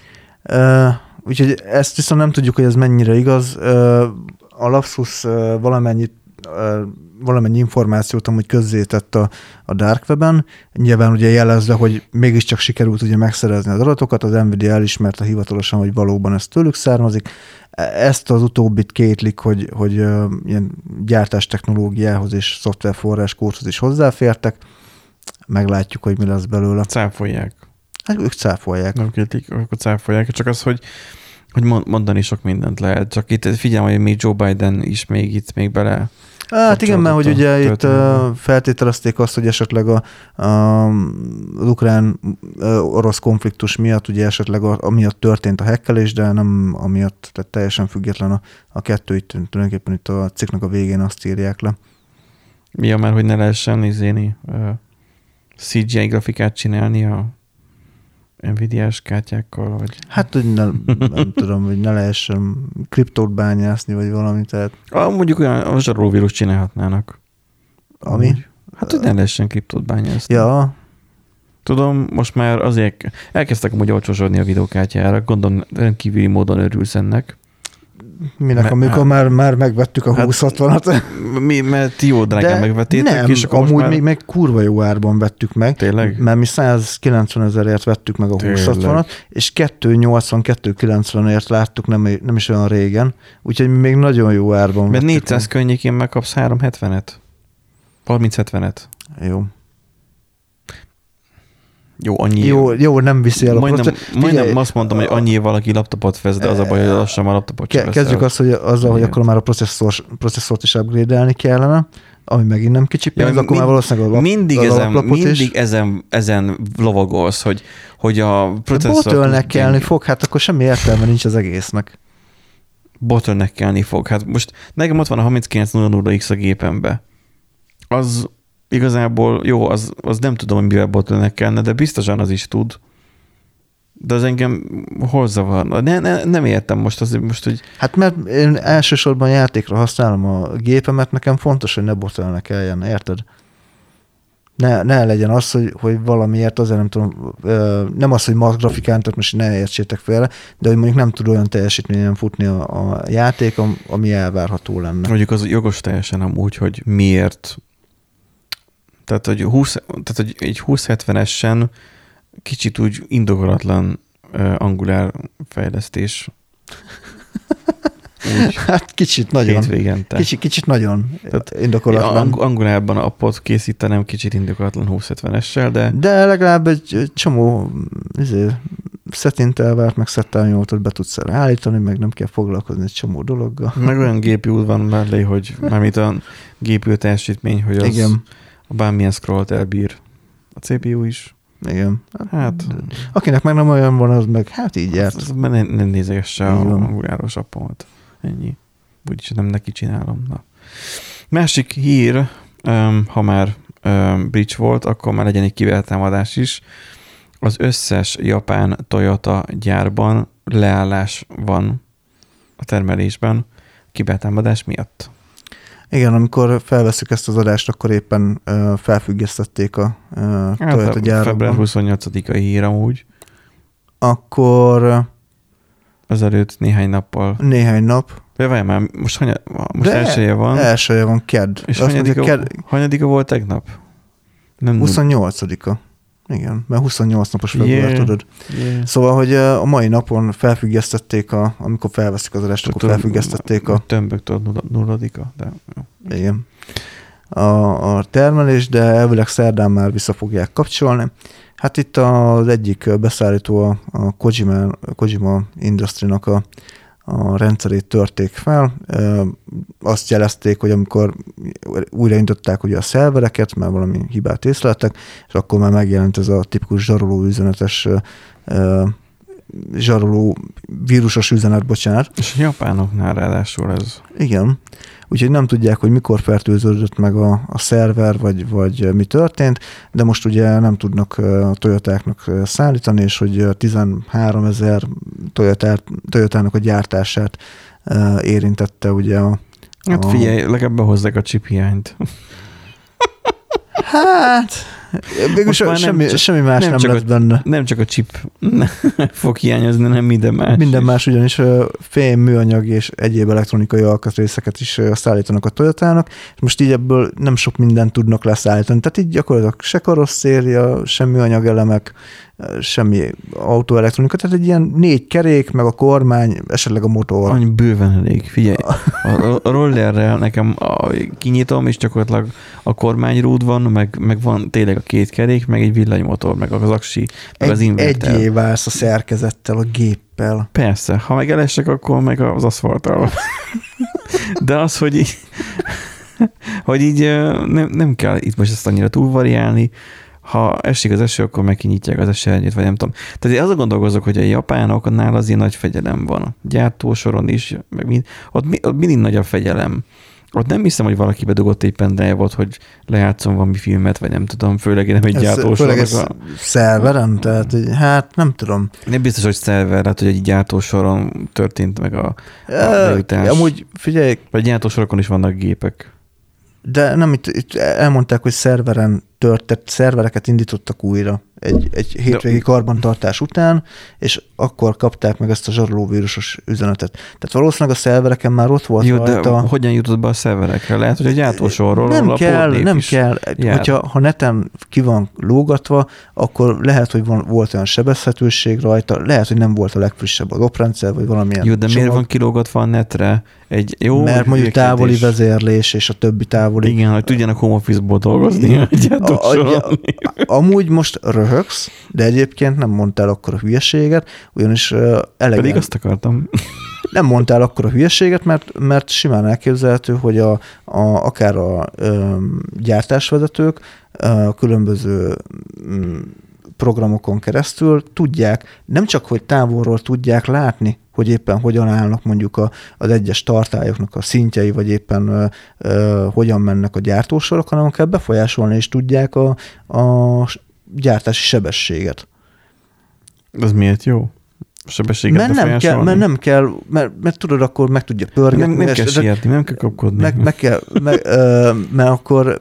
Úgyhogy ezt viszont nem tudjuk, hogy ez mennyire igaz. A Lapsus valamennyi információt amúgy közzétett a Dark Web-en. Nyilván ugye jelezve, hogy mégiscsak sikerült ugye megszerezni az adatokat, az Nvidia elismerte hivatalosan, hogy valóban ez tőlük származik. Ezt az utóbbit kétlik, hogy ilyen gyártás technológiához és szoftverforráskódhoz is hozzáfértek. Meglátjuk, hogy mi lesz belőle. Cáfolják. Hát ők cáfolják. Nem kétlik, akkor cáfolják. Csak az, hogy mondani sok mindent lehet. Csak itt figyelem, hogy még Joe Biden is még bele. Hát igen, mert hogy ugye itt feltételezték azt, hogy esetleg az ukrán-orosz konfliktus miatt ugye esetleg amiatt történt a hekkelés, de nem amiatt, tehát teljesen független a kettő, itt tulajdonképpen itt a cikknek a végén azt írják le. Ja, mert hogy ne lehessen CGI grafikát csinálni a Nvidia-s kártyákkal, vagy... Hát, hogy nem tudom, hogy ne lehessen kriptót bányászni, vagy valami, tehát... Mondjuk olyan a zsarolóvírus csinálhatnának. Ami? Hát, hogy ne lehessen kriptót bányászni. Ja. Tudom, most már azért elkezdtek amúgy olcsosodni a videókártyára, gondolom rendkívüli módon örülsz ennek. Minek, amikor már megvettük a 2060-at? Mert jó drágán megvettétek. Nem, és amúgy már... még meg kurva jó árban vettük meg. Tényleg? Mert mi 190 000-ért vettük meg a 2060-at, és 280-290-ért láttuk nem is olyan régen, úgyhogy mi még nagyon jó árban mert 400 meg. Környékén megkapsz 370-et. 30-70-et. Jó. Jó, annyi... Jó, nem viszi el a majdnem azt mondtam, hogy annyi valaki laptopot vesz, de az a baj, hogy lassan már laptopot sem kezdjük azt, hogy hogy akkor már a processzort is upgrade-elni kellene, ami megint nem kicsi pénz, akkor már valószínűleg mindig ezen lovagolsz, hogy a processzort... Bottleneckelni fog, hát akkor semmi értelme nincs az egésznek. Bottleneckelni fog. Hát most nekem ott van a 3900X a gépembe. Az igazából jó, az nem tudom, hogy mivel bottleneckelne, de biztosan az is tud. De az engem hol zavarna? Nem értem most, hogy... Hát mert én elsősorban játékra használom a gépemet, nekem fontos, hogy ne bottleneckeljen, érted? Ne legyen az, hogy valamiért azért nem tudom, nem az, hogy ma grafikán, tehát most ne értsétek félre, de hogy mondjuk nem tud olyan teljesítményen futni a játék, ami elvárható lenne. Mondjuk az jogos teljesen amúgy, hogy miért. Tehát, hogy egy 2070-esen kicsit úgy indokolatlan angulár fejlesztés. Úgy hát kicsit nagyon. Kicsit nagyon indokolatlan. Angulárban appot készítenem kicsit indokolatlan 2070-essel, de... De legalább egy csomó setint elvárt, meg settimeutot be tudsz állítani, meg nem kell foglalkozni egy csomó dologgal. Meg olyan GPU van mellé, hogy mármint a GPU teljesítmény, hogy az igen. Bármilyen scrollt elbír. A CPU is. Igen. Hát... Akinek meg nem olyan van, az meg hát így járt. Nem nézegesse a anguláros appomat. Ennyi. Úgyis nem neki csinálom. Na. Másik hír, ha már bridge volt, akkor már legyen egy kibertámadás is. Az összes japán Toyota gyárban leállás van a termelésben kibertámadás miatt. Igen, amikor felveszük ezt az adást, akkor éppen felfüggesztették a Toyota gyárban. Február 28-ai hír amúgy. Akkor... Ezelőtt néhány nappal. Néhány nap. De várj már, most elsője van. Elsője van, kedd. És hanyadika volt tegnap? 28-a. Igen, mert 28 napos február, tudod. Yeah. Szóval, hogy a mai napon felfüggesztették, amikor felveszik az adást, akkor felfüggesztették a... Tömbök nulladika, de... Igen. A termelés, de elvileg szerdán már vissza fogják kapcsolni. Hát itt az egyik beszállító, a Kojima Industry-nak a rendszerét törték fel. Azt jelezték, hogy amikor újraindították ugye a szervereket, mert valami hibát észleltek, és akkor már megjelent ez a tipikus zsaroló üzenetes, zsaroló vírusos üzenet, bocsánat. És a japánoknál ráadásul ez. Igen. Úgyhogy nem tudják, hogy mikor fertőződött meg a szerver, vagy mi történt, de most ugye nem tudnak a Toyotáknak szállítani, és hogy 13 000 Toyotának a gyártását érintette ugye Hát figyelj, legalább behozzák a chip hiányt. Hát, mégis semmi más nem lesz benne. Nem csak a chip fog hiányozni, hanem minden más. Minden más, ugyanis fém, műanyag és egyéb elektronikai alkatrészeket is szállítanak a Toyotának, és most így ebből nem sok mindent tudnak leszállítani. Tehát így gyakorlatilag se karosszéria, sem műanyag elemek, semmi autóelektronika, tehát egy ilyen 4 kerék, meg a kormány, esetleg a motor. Annyi bőven elég. Figyelj, a rollerrel nekem kinyitom, és gyakorlatilag a kormányrúd van, meg van tényleg a 2 kerék, meg egy villanymotor, meg az aksi, meg az inverter. Egyé válsz a szerkezettel, a géppel. Persze, ha meg elesek, akkor meg az aszfalttal. De az, hogy így nem kell itt most ezt annyira túlvariálni, ha esik az eső, akkor megkinyitják az esernyőt, vagy nem tudom. Tehát én azon gondolkozok, hogy a japánoknál azért nagy fegyelem van. A gyártósoron is, meg ott mindig nagy a fegyelem. Ott nem hiszem, hogy valaki bedugott egy pendrive-ot, hogy lejátszom valami filmet, vagy nem tudom, főleg nem egy gyártósoron. Főleg ez szerveren, tehát hát nem tudom. Nem biztos, hogy szerver, hát hogy egy gyártósoron történt meg a beütás. Amúgy figyelj. Vagy gyártósorokon is vannak gépek. De nem, itt elmondták, hogy szerveren történt, szervereket indítottak újra egy hétvégi karbantartás után, és akkor kapták meg ezt a zsarolóvírusos üzenetet. Tehát valószínűleg a szervereken már ott volt rajta. De hogyan jutott be a szerverekre? Lehet, hogy a gyártósorról nem kell. Ha neten ki van lógatva, akkor lehet, hogy volt olyan sebezhetőség rajta, lehet, hogy nem volt a legfrissebb az oprendszer, vagy valamilyen Jó, de miért van kilógatva a netre? Mert mondjuk távoli vezérlés, és a többi távoli. Igen, hogy tudjanak home office-ból dolgozni. Amúgy most röhögsz, de egyébként nem mondtál akkor a hülyeséget, ugyanis Pedig azt akartam. Nem mondtál akkor a hülyeséget, mert simán elképzelhető, hogy akár a gyártásvezetők különböző programokon keresztül tudják, nem csak, hogy távolról tudják látni, hogy éppen hogyan állnak mondjuk az egyes tartályoknak a szintjei, vagy éppen hogyan mennek a gyártósorok, hanem kell befolyásolni, és tudják a gyártási sebességet. Ez miért jó? Sebességet befolyásolni? Mert nem kell, mert tudod, akkor meg tudja pörgetni. Nem kell sietni, nem kell kapkodni. Mert akkor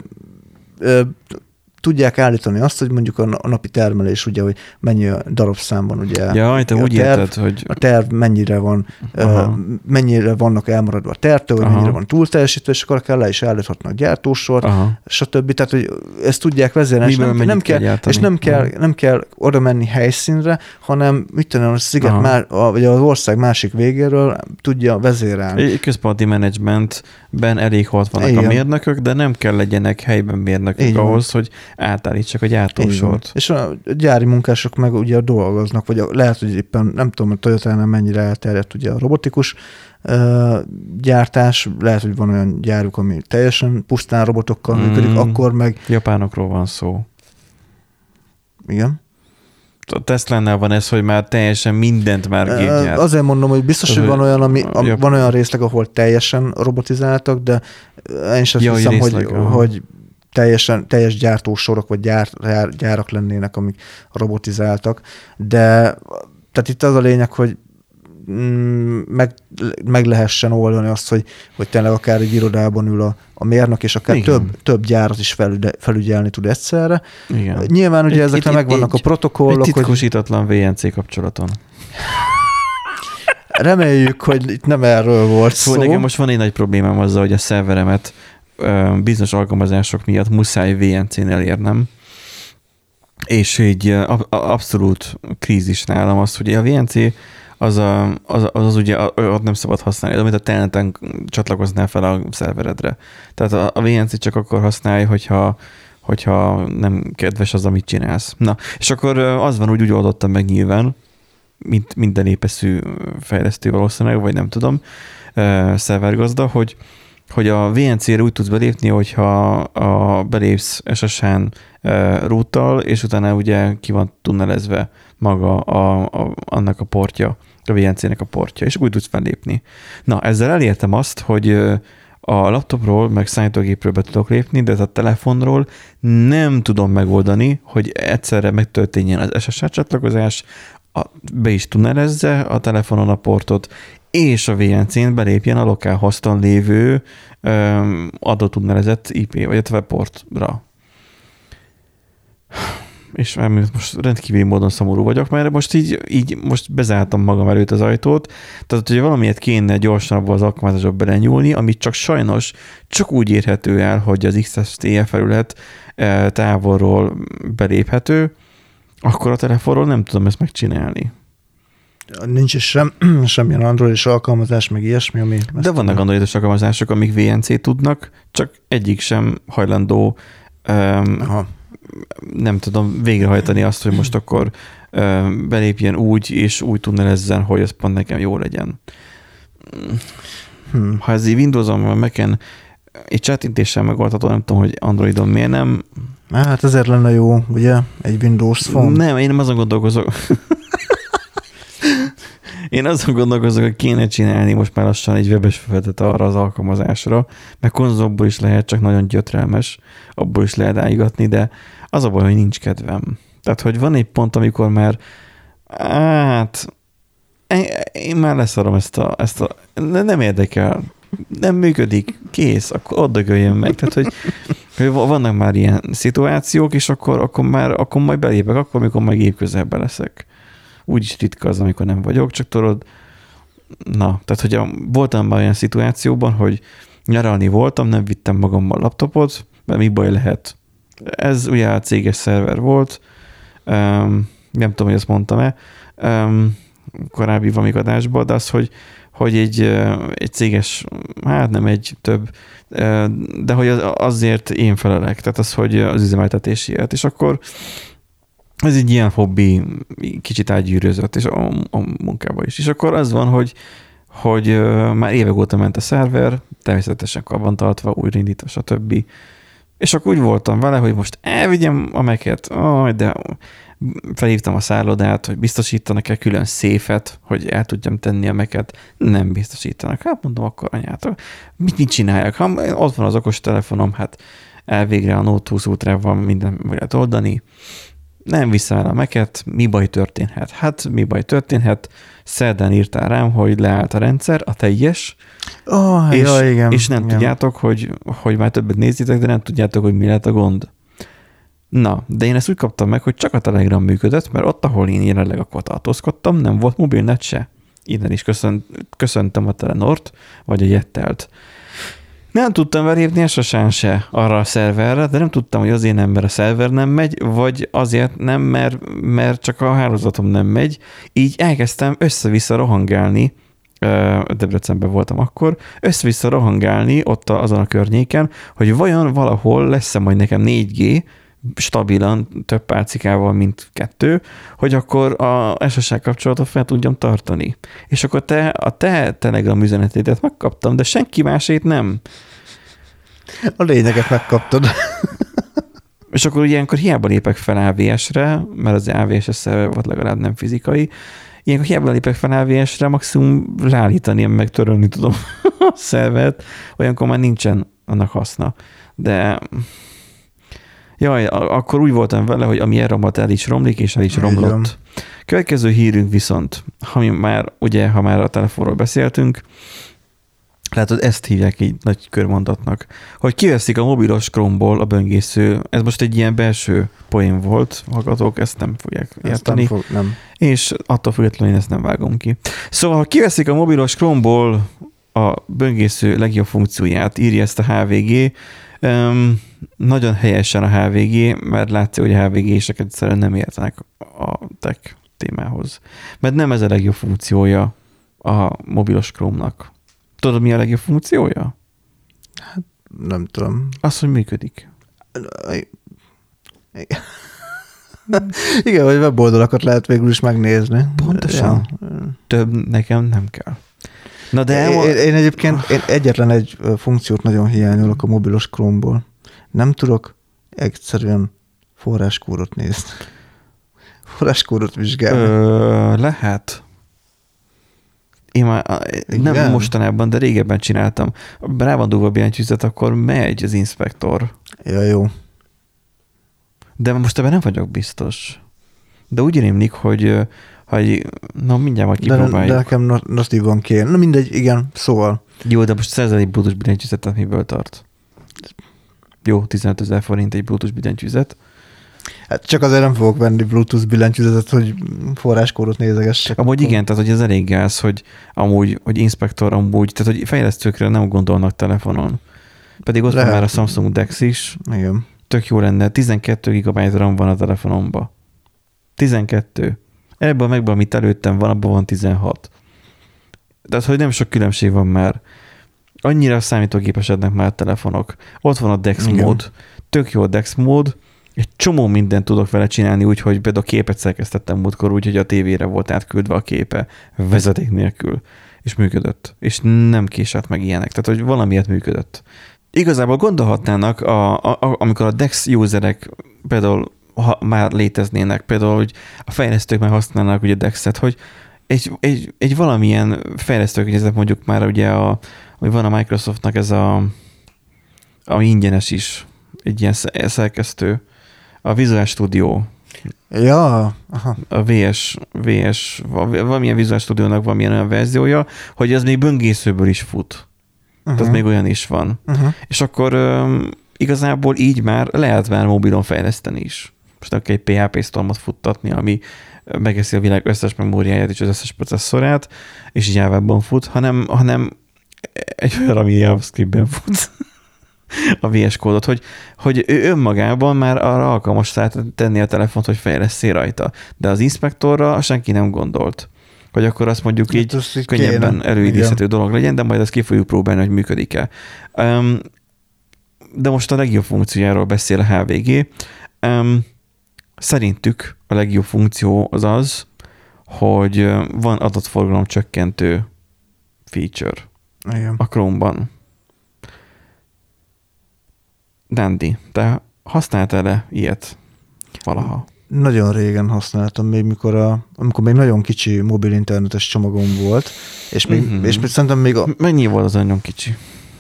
tudják állítani azt, hogy mondjuk a napi termelés, ugye, hogy mennyi darabszámban, ugye. Ja, te úgy érted, hogy... A terv mennyire van, mennyire vannak elmaradva a tervtől, vagy mennyire van túlteljesítve, és akkor akár le is állíthatnak gyártósort, stb. Tehát, hogy ezt tudják vezérelni, és nem kell oda menni helyszínre, hanem mit tudom, a sziget vagy az ország másik végéről tudja vezérelni. Egy központi menedzsmentben elég ott vannak a mérnökök, de nem kell legyenek helyben mérnökök ahhoz, hogy átállítsak a gyártósort. És a gyári munkások meg ugye dolgoznak, vagy lehet, hogy éppen nem tudom, a Toyotánál mennyire elterjedt ugye a robotikus gyártás, lehet, hogy van olyan gyáruk, ami teljesen pusztán robotokkal működik, akkor meg... Japánokról van szó. Igen. A Tesla-nál van ez, hogy már teljesen mindent már gépgyárt. Azért mondom, hogy biztos, hogy van olyan, van olyan részleg, ahol teljesen robotizáltak, de én sem hiszem, hogy teljes gyártósorok vagy gyárak lennének, amik robotizáltak, de tehát itt az a lényeg, hogy meg lehessen oldani azt, hogy tényleg akár egy irodában ül a mérnök, és akár több gyárat is felügyelni tud egyszerre. Igen. Nyilván ugye ezekre megvannak a protokollok. Egy titkosítatlan VNC kapcsolaton. Reméljük, hogy itt nem erről volt szó. Nekem most van egy nagy problémám azzal, hogy a szerveremet bizonyos alkalmazások miatt muszáj VNC-n elérnem. és egy abszolút krízis nálam az, hogy a VNC az ugye ott nem szabad használni, amit a telneten csatlakoznál fel a szerveredre. Tehát a VNC csak akkor használja, hogyha nem kedves az, amit csinálsz. Na, és akkor az van, úgy oldottam meg nyilván, mint minden épeszű fejlesztő valószínűleg, vagy nem tudom, szervergazda, hogy a VNC-re úgy tudsz belépni, hogyha belépsz SSH-n roottal, és utána ugye ki van tunnelezve maga annak a portja, a VNC-nek a portja, és úgy tudsz fellépni. Na, ezzel elértem azt, hogy a laptopról, meg számítógépről be tudok lépni, de a telefonról nem tudom megoldani, hogy egyszerre megtörténjen az SSH csatlakozás, be is tunnelezze a telefonon a portot, és a VNC-n belépjen a localhost-on lévő adott tunnelezett IP, vagy a webportra. És most rendkívüli módon szomorú vagyok, mert most bezártam magam előtt az ajtót, tehát hogy valamiért kéne gyorsan abban az alkalmazásba belenyúlni, amit csak sajnos csak úgy érhető el, hogy az XSTF felület távolról beléphető, akkor a telefonról nem tudom ezt megcsinálni. Nincs is semmilyen androidos alkalmazás, meg ilyesmi, ami... De vannak androidos alkalmazások, amik VNC tudnak, csak egyik sem hajlandó nem tudom végrehajtani azt, hogy most akkor belépjen úgy, és úgy tunnelezzen, hogy ez pont nekem jó legyen. Ha ez így Windows-on, vagy Mac-en egy csátintéssel megoldható, nem tudom, hogy Androidon miért nem. Hát ezért lenne jó, ugye? Egy Windows Phone. Nem, én nem azon gondolkozok. Én azon gondolkozok, hogy kéne csinálni most már lassan egy webes felületet arra az alkalmazásra, mert konzolból is lehet, csak nagyon gyötrelmes, abból is lehet áigatni, de az a baj, hogy nincs kedvem. Tehát, hogy van egy pont, amikor már én már leszarom ezt a nem érdekel, nem működik, kész, akkor oda göljön meg. Tehát, hogy vannak már ilyen szituációk, és akkor majd belépek, akkor, amikor majd gép közelben leszek. Úgyis ritka az, amikor nem vagyok, csak tudod, tehát, hogy voltam már olyan szituációban, hogy nyaralni voltam, nem vittem magammal laptopot, mert mi baj lehet. Ez ugye a céges szerver volt, nem tudom, hogy ezt mondtam-e, korábbi adásban, de az, hogy egy céges, hát nem egy több, de hogy azért én felelek, tehát az, hogy az üzemeltetésért, és akkor ez egy ilyen hobbi, kicsit átgyűrözött, és a munkában is. És akkor az van, hogy már évek óta ment a szerver, természetesen karbantartva, újraindítva, stb. És akkor úgy voltam vele, hogy most elvigyem a Mac-et, de felhívtam a szállodát, hogy biztosítanak-e külön széfet, hogy el tudjam tenni a Mac-et. Nem biztosítanak. Hát mondom, akkor anyátok, mit csináljak? Ha ott van az okos telefonom, hát elvégre a Note 20 Ultra-val minden meg lehet oldani. Nem vissza el a Mac-et, mi baj történhet? Hát mi baj történhet? Szerdán írtál rám, hogy leállt a rendszer, a teljes, és nem tudjátok, hogy már többet nézitek, de nem tudjátok, hogy mi lett a gond. Na, de én ezt úgy kaptam meg, hogy csak a Telegram működött, mert ott, ahol én jelenleg akkor tartózkodtam, nem volt mobilnet se. Innen is köszöntem a Telenort, vagy a Jettelt. Nem tudtam belépni SSH-n se arra a szerverre, de nem tudtam, hogy azért nem, mert a szerver nem megy, vagy azért nem, mert csak a hálózatom nem megy. Így elkezdtem össze-vissza rohangálni, Debrecenben voltam akkor, össze-vissza rohangálni ott azon a környéken, hogy vajon valahol lesz-e majd nekem 4G, stabilan, több pálcikával, mint 2, hogy akkor a SSH kapcsolatot fel tudjam tartani. És akkor a te Telegram üzenetédet megkaptam, de senki másét nem. A lényeget megkaptad. És akkor ilyenkor hiába lépek fel AVS-re, mert az AVS szerver volt, legalább nem fizikai, ilyenkor hiába lépek fel AVS-re, maximum leállítani, meg törölni tudom a szervert, olyankor már nincsen annak haszna. De jaj, akkor úgy voltam vele, hogy ami elromlott, el is romlik, és el is romlott. Következő hírünk viszont, ha már a telefonról beszéltünk, látod, ezt hívják így nagy körmondatnak, hogy kiveszik a mobilos Chrome-ból a böngésző, ez most egy ilyen belső poén volt, hallgatók, ezt nem fogják érteni, nem. És attól függetlenül én ezt nem vágom ki. Szóval, ha kiveszik a mobilos Chrome-ból a böngésző legjobb funkcióját, írja ezt a HVG, Nagyon helyesen a HVG, mert látszik, hogy a HVG-sek egyszerűen nem értenek a tech témához. Mert nem ez a legjobb funkciója a mobilos Chrome-nak. Tudod, mi a legjobb funkciója? Hát nem tudom. Az, hogy működik. Igen, hogy weboldalakat lehet végül is megnézni. Pontosan. Ja. Több nekem nem kell. Na de én egyébként egyetlen egy funkciót nagyon hiányolok a mobilos Chrome-ból. Nem tudok egyszerűen forráskódot nézni. Forráskódot vizsgálni. Lehet. Én már nem mostanában, de régebben csináltam. Rá van dugva billentyűzet, akkor megy az inspektor. Ja, jó. De most ebben nem vagyok biztos. De úgy rémlik, hogy na mindjárt majd kipróbáljuk. De nekem natívan kéne. Na mindegy, igen, szóval. Jó, de most szerzel egy Bluetooth billentyűzetet, miből tart? Jó, 15 000 forint egy Bluetooth billentyűzet. Hát csak azért nem fogok venni Bluetooth billentyűzetet, hogy forráskódot nézegessek. Amúgy igen, tehát hogy ez elég gáz, hogy amúgy, hogy inspektor amúgy, tehát hogy fejlesztőkre nem gondolnak telefonon. Pedig ott van már a Samsung Dex is. Igen. Tök jó lenne. 12 GB RAM van a telefonomba. 12. Ebből meg, amit előttem van, abban van 16. Tehát, hogy nem sok különbség van már. Annyira számítógépesednek már a telefonok. Ott van a Dex mód. Tök jó a Dex mód. Egy csomó mindent tudok vele csinálni, úgyhogy például a képet szerkesztettem múltkor, úgyhogy a tévére volt átküldve a képe vezeték nélkül. És működött. És nem késett meg ilyenek. Tehát, hogy valamiért működött. Igazából gondolhatnának, amikor a Dex userek például már léteznének, például, hogy a fejlesztők már használnak ugye Dexet, hogy egy valamilyen fejlesztőkörnyezet mondjuk már ugye, hogy van a Microsoftnak ez ami ingyenes is, egy ilyen szerkesztő, a Visual Studio. Ja, aha. A VS, valamilyen Visual Studio-nak valamilyen olyan verziója, hogy az még böngészőből is fut. Tehát még olyan is van. És akkor igazából így már lehet már mobilon fejleszteni is. Most nem kell egy PHP Stormot futtatni, ami megeszi a világ összes memóriáját és az összes processzorát, és így Java-ban fut, hanem egy olyan, ami JavaScript-ben fut a VS kódot, hogy ő önmagában már arra alkalmas tenni a telefont, hogy fejleszti rajta. De az inspektorra senki nem gondolt, hogy akkor azt mondjuk így könnyebben előidézhető dolog legyen, de majd ezt ki fogjuk próbálni, hogy működik-e. De most a legjobb funkciójáról beszél a HVG. Szerintük a legjobb funkció az, hogy van adatforgalom csökkentő feature a Chrome-ban. Dandy, te használtál-e ilyet valaha? Nagyon régen használtam, még amikor még nagyon kicsi mobil internetes csomagom volt, és még, és szerintem még Mennyi volt az nagyon kicsi?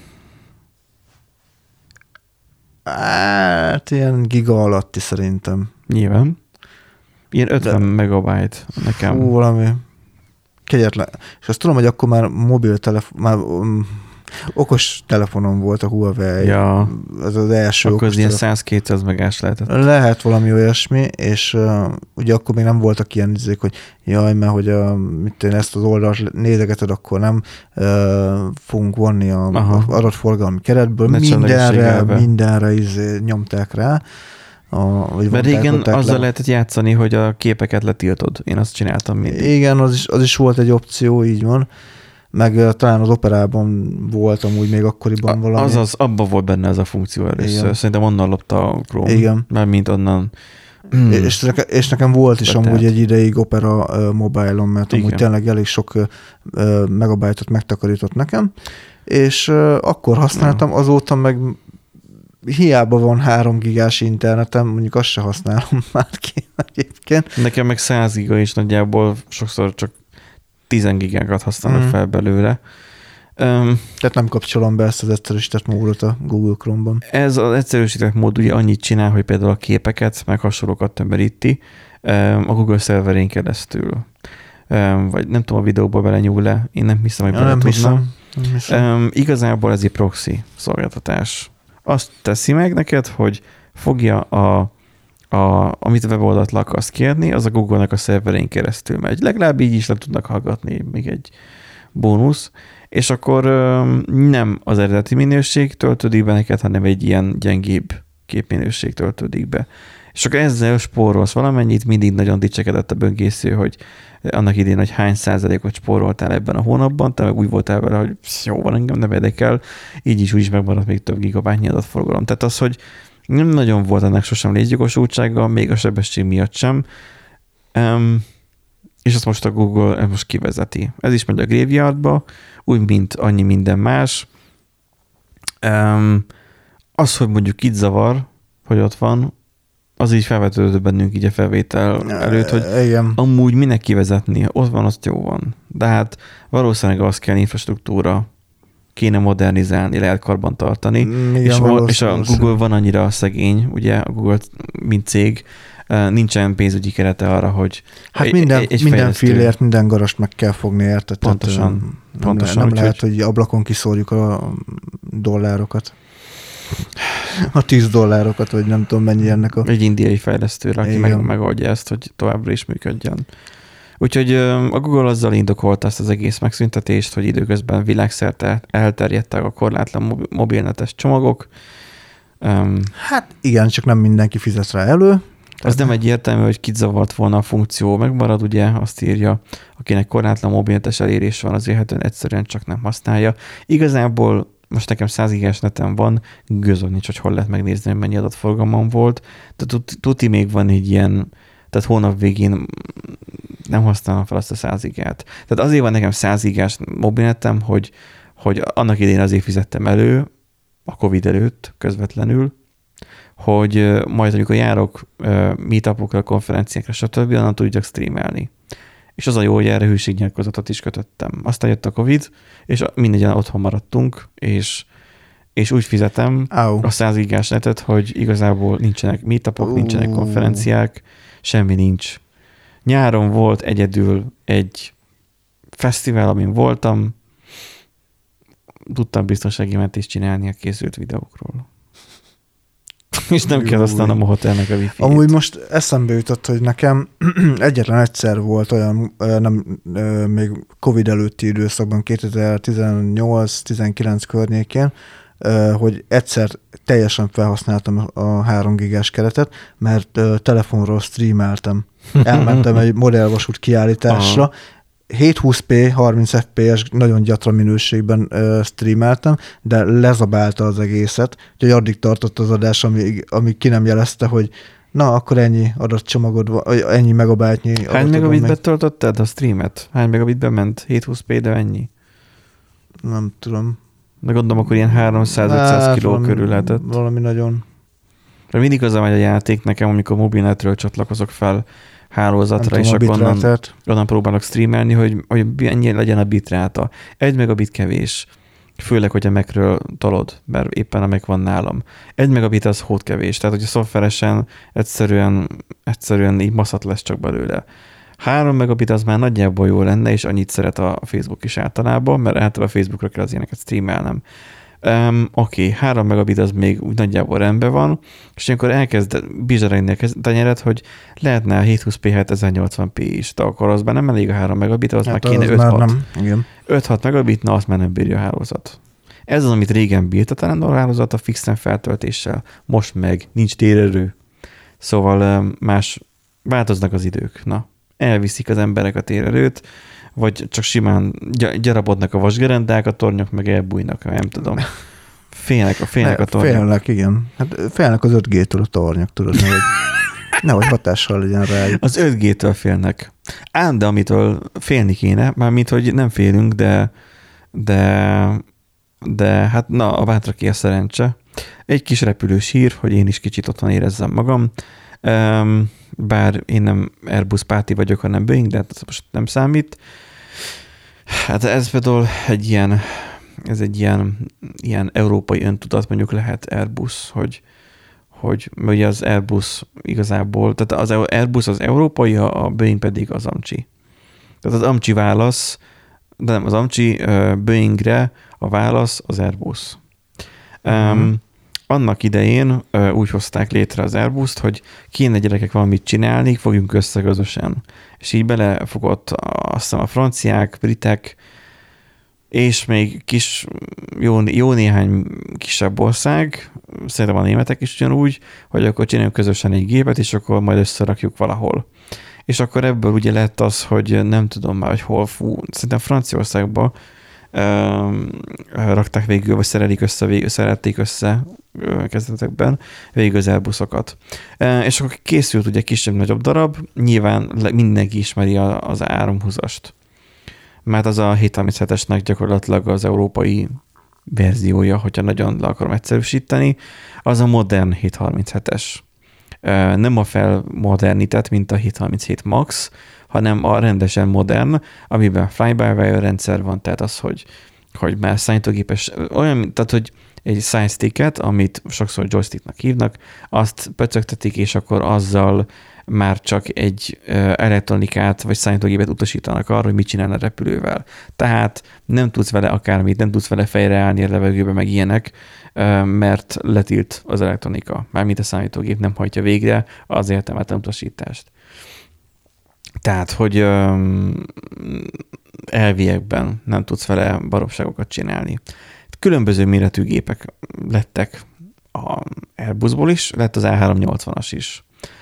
Hát ilyen giga alatti szerintem. Nyilván. Ilyen 50 megabyte nekem. Hú, valami kegyetlen. És azt tudom, hogy akkor már már okos telefonom volt a Huawei. Ja. Ez az első akkor okos ilyen 100-200 megás lehetett. Lehet valami olyasmi, és ugye akkor még nem voltak ilyen izék, hogy jaj, mert hogy ezt az oldalt nézegeted, akkor nem fogunk vonni a adatforgalmi keretből. Mindenre nyomták rá. Mert régen azzal lehetett játszani, hogy a képeket letiltod. Én azt csináltam mindig. Igen, az is volt egy opció, így van. Meg talán az Operában voltam úgy még akkoriban valami. Azaz, abban volt benne ez a funkció először. Igen. Szerintem onnan lopta a Chrome. Igen. Már mint onnan. És nekem volt is amúgy egy ideig Opera mobile-on, mert amúgy tényleg elég sok megabájtot megtakarított nekem. És akkor használtam, azóta meg hiába van 3 gigás internetem, mondjuk azt se használom már ki egyébként. Nekem meg 100 giga is nagyjából sokszor csak 10 gigákat használok fel belőle. Tehát nem kapcsolom be ezt az egyszerűsített módot a Google Chrome-ban. Ez az egyszerűsített mód ugye annyit csinál, hogy például a képeket, meg hasonlókat tömöríti a Google szerverén keresztül. Vagy nem tudom, a videóba belenyúl le. Én nem hiszem, hogy bele tudna. Igazából ez egy proxy szolgáltatás. Azt teszi meg neked, hogy fogja amit a weboldalt le akarsz kérni, az a Google-nak a szerverén keresztül megy. Legalább így is le tudnak hallgatni, még egy bónusz. és akkor nem az eredeti minőség töltődik be neked, hanem egy ilyen gyengébb képminőség töltődik be. És akkor ezzel spórolsz valamennyit, mindig nagyon dicsekedett a böngésző, hogy annak idén, hogy hány százalékot spóroltál ebben a hónapban, te meg úgy voltál vele, hogy jó van, engem nem érdekel, így is úgy is megmaradt még több gigabájtnyi adatforgalom. Tehát az, hogy nem nagyon volt ennek sosem létjogosultsága, még a sebesség miatt sem, és azt most a Google most kivezeti. Ez is megy a Graveyardba, úgy, mint annyi minden más. Az, hogy mondjuk itt zavar, hogy ott van, az így felvetődött bennünk így a felvétel előtt, hogy igen. Amúgy minek kivezetni, ott van, azt jó van. De hát valószínűleg az kell infrastruktúra, kéne modernizálni, lehet karbantartani, és a Google van annyira szegény, ugye a Google mint cég, nincsen pénzügyi kerete arra, hogy hát minden fillért, minden garast meg kell fogni, érted? Pontosan. Nem lehet, hogy ablakon kiszórjuk a dollárokat. A $10, vagy nem tudom mennyi ennek a... Egy indiai fejlesztőre, aki megoldja ezt, hogy továbbra is működjön. Úgyhogy a Google azzal indokolta ezt az egész megszüntetést, hogy időközben világszerte elterjedtek a korlátlan mobilnetes csomagok. Hát igen, csak nem mindenki fizet rá elő. Az nem egyértelmű, hogy kit zavart volna a funkció, megmarad, ugye, azt írja, akinek korlátlan mobilnetes elérés van, azért egyszerűen csak nem használja. Igazából most nekem 100 gigás netem van, gőzöm nincs, hogy hol lehet megnézni, hogy mennyi adatforgalmam volt. Tehát tuti még van egy ilyen, tehát hónap végén nem használom fel azt a 100 gigát. Tehát azért van nekem 100 gigás mobilnetem, hogy annak idején azért fizettem elő, a Covid előtt közvetlenül, hogy majd amikor járok meetupokra, konferenciákra, stb. Onnan tudjak streamelni. És az a jó, hogy erre hűségnyilatkozatot is kötöttem. Aztán jött a Covid, és mindegyen otthon maradtunk, és úgy fizetem a 100 gigás netet, hogy igazából nincsenek meetupok, nincsenek konferenciák, semmi nincs. Nyáron volt egyedül egy fesztivál, amin voltam, tudtam biztonsági mentést csinálni a készült videókról. És nem kell használnom a hotelnek a wifi-t. Amúgy most eszembe jutott, hogy nekem egyetlen egyszer volt olyan, még Covid előtti időszakban, 2018-19 környékén, hogy egyszer teljesen felhasználtam a 3 gigás keretet, mert telefonról streameltem. Elmentem egy modellvasút kiállításra, aha. 720p, 30 fps nagyon gyatra minőségben streameltem, de lezabálta az egészet, úgyhogy addig tartott az adás, amíg ki nem jelezte, hogy na, akkor ennyi adatcsomagod van, ennyi megabájtnyi. Hány megabitbe töltötted a streamet? Hány megabitbe ment? 720p, de ennyi? Nem tudom. De gondolom, akkor ilyen 300-500 kiló körül lehetett. Valami nagyon. De mindig az a megy a játék nekem, amikor mobilnetről csatlakozok fel hálózatra, és akkor onnan próbálok streamelni, hogy ennyi legyen a bitráta. 1 megabit kevés. Főleg, hogy a Macről tolod, mert éppen a Mac van nálam. 1 megabit az hót kevés, tehát hogy a szoftveresen egyszerűen így maszat lesz csak belőle. 3 megabit az már nagyjából jó lenne, és annyit szeret a Facebook is általában, mert általában a Facebookra kell az ilyeneket streamelnem. Oké, 3 megabit az még úgy nagyjából rendben van, és akkor elkezd bizsarálni a tenyered, hogy lehetne a 720p 1080p is, de akkor az már nem elég a 3 megabit, az már kéne 5-6 megabit, na azt már nem bírja a hálózat. Ez az, amit régen bírta talán a hálózat a fixen feltöltéssel, most meg nincs térerő. Szóval más változnak az idők. Na, elviszik az emberek a térerőt, vagy csak simán gyarapodnak a vasgerendák, a tornyok meg elbújnak, nem tudom. Félnek a tornyok. Félnek, igen. Hát félnek az 5G-től a tornyok, tudod, nehogy hatással legyen rájuk. Az 5G-től félnek. Ám, de amitől félni kéne, mármint, hogy nem félünk, de hát na, a bátraké a szerencse. Egy kis repülős hír, hogy én is kicsit otthon érezzem magam. Bár én nem Airbus párti vagyok, hanem Boeing, de ez most nem számít. Hát ez például egy ilyen európai öntudat mondjuk lehet Airbus, hogy ugye az Airbus igazából, tehát az Airbus az európai, a Boeing pedig az AMCI. Tehát az AMCI válasz, de nem az AMCI Boeingre a válasz az Airbus. Annak idején úgy hozták létre az Airbust, hogy kéne gyerekek valamit csinálni, fogjunk össze közösen. És így belefogott azt hiszem a franciák, britek, és még jó néhány kisebb ország, szerintem a németek is ugyanúgy, hogy akkor csináljunk közösen egy gépet, és akkor majd összerakjuk valahol. És akkor ebből ugye lett az, hogy nem tudom már, hogy hol szerintem Franciaországban rakták végül, vagy szerették össze kezdetekben végül az Airbusokat. És akkor készült ugye kisebb-nagyobb darab, nyilván mindenki ismeri az A320-ast. Mert az a 737-esnek gyakorlatilag az európai verziója, hogyha nagyon le akarom egyszerűsíteni, az a modern 737-es. Nem a felmodernített, mint a 737 MAX, hanem a rendesen modern, amiben fly-by-wire rendszer van, tehát az, hogy már számítógépes, olyan, tehát, hogy egy side sticket, amit sokszor joysticknak hívnak, azt pöcögtetik, és akkor azzal már csak egy elektronikát vagy számítógépet utasítanak arra, hogy mit csinál a repülővel. Tehát nem tudsz vele akármit, nem tudsz vele fejre állni a levegőbe, meg ilyenek, mert letilt az elektronika. Mármint a számítógép nem hajtja végre az értelmetlen utasítást. Tehát, hogy elviekben nem tudsz vele baromságokat csinálni. Különböző méretű gépek lettek a Airbusból is, lett az A380-as is.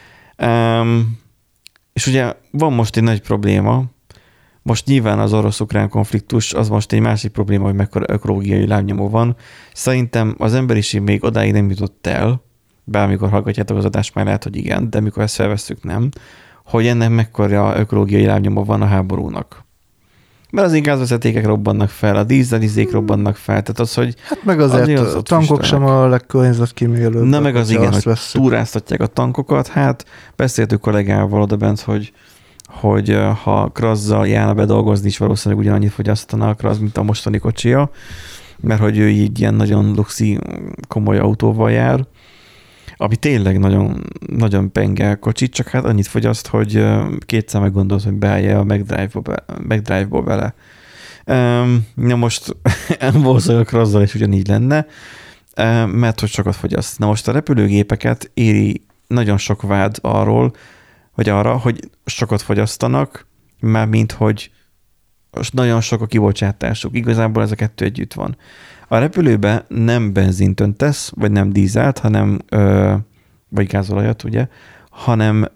És ugye van most egy nagy probléma, most nyilván az orosz-ukrán konfliktus, az most egy másik probléma, hogy mekkora ökológiai lábnyomó van. Szerintem az emberiség még odáig nem jutott el, bár amikor hallgatjátok az adást, már lehet, hogy igen, de mikor ezt felvesszük, nem, hogy ennek mekkora ökológiai lábnyomó van a háborúnak. Mert az gázvezetékek robbannak fel, a dízelizék robbannak fel, tehát az, hogy... Hát meg azért a tankok sem a legkörnyezetkímélőbb. Na meg az igen, hogy túráztatják a tankokat, hát beszéltük kollégával odabent, hogy ha Krazzal járna bedolgozni, is valószínűleg ugyanannyit fogyasztana a Krazz, mint a mostani kocsia, mert hogy ő így ilyen nagyon luxi, komoly autóval jár, ami tényleg nagyon, nagyon penge kocsit, csak hát annyit fogyaszt, hogy kétszer meggondolt, hogy beállja a McDrive-ból bele. Na most valószínűleg a Krazzal is ugyanígy lenne, mert hogy sokat fogyaszt. Na most a repülőgépeket éri nagyon sok vád arra, hogy sokat fogyasztanak, mármint, hogy nagyon sok a kibocsátásuk. Igazából ez a kettő együtt van. A repülőbe nem benzint öntesz, vagy nem dízelt, hanem, vagy gázolajat, ugye, hanem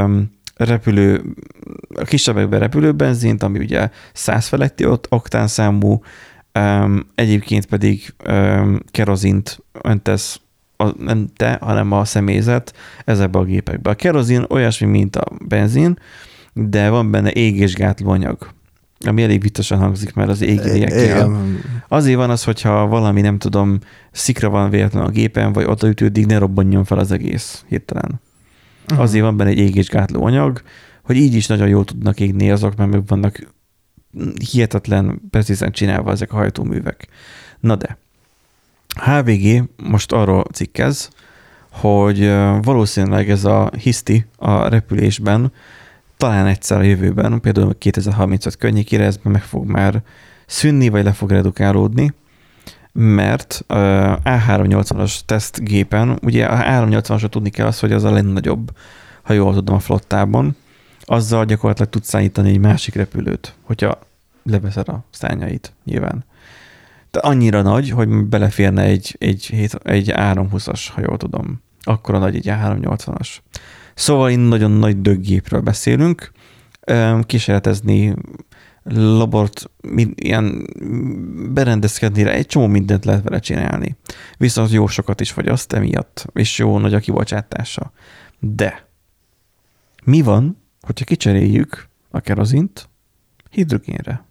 a kisebbekben repülőbenzint, ami ugye 100 feletti oktánszámú, egyébként pedig kerozint öntesz nem te, hanem a személyzet ezekbe a gépekbe. A kerozin olyasmi, mint a benzin, de van benne égésgátló anyag, ami elég viccesen hangzik, mert az égériekkel. Azért van az, hogyha valami, nem tudom, szikra van véletlen a gépen, vagy odaütődik, ne robbanjon fel az egész hirtelen. Azért van benne egy égésgátló anyag, hogy így is nagyon jól tudnak égni azok, mert meg vannak hihetetlen precízen csinálva ezek a hajtóművek. Na de, HVG most arról cikkez, hogy valószínűleg ez a hiszti a repülésben talán egyszer a jövőben, például 2035 környékére ez meg fog már szűnni, vagy le fog redukálódni, mert A380-as tesztgépen, ugye a A380-asra tudni kell azt, hogy az a legnagyobb, ha jól tudom, a flottában, azzal gyakorlatilag tudsz szállítani egy másik repülőt, hogyha leveszed a szárnyait, nyilván. De annyira nagy, hogy beleférne egy A320-as, ha jól tudom. Akkora nagy egy A380-as. Szóval én nagyon nagy döggépről beszélünk. Kísérletezni, labort, ilyen berendezkedni rá, egy csomó mindent lehet vele csinálni. Viszont jó sokat is fogyaszt emiatt, és jó nagy a kibocsátása. De mi van, hogyha kicseréljük a kerozint hidrogénre?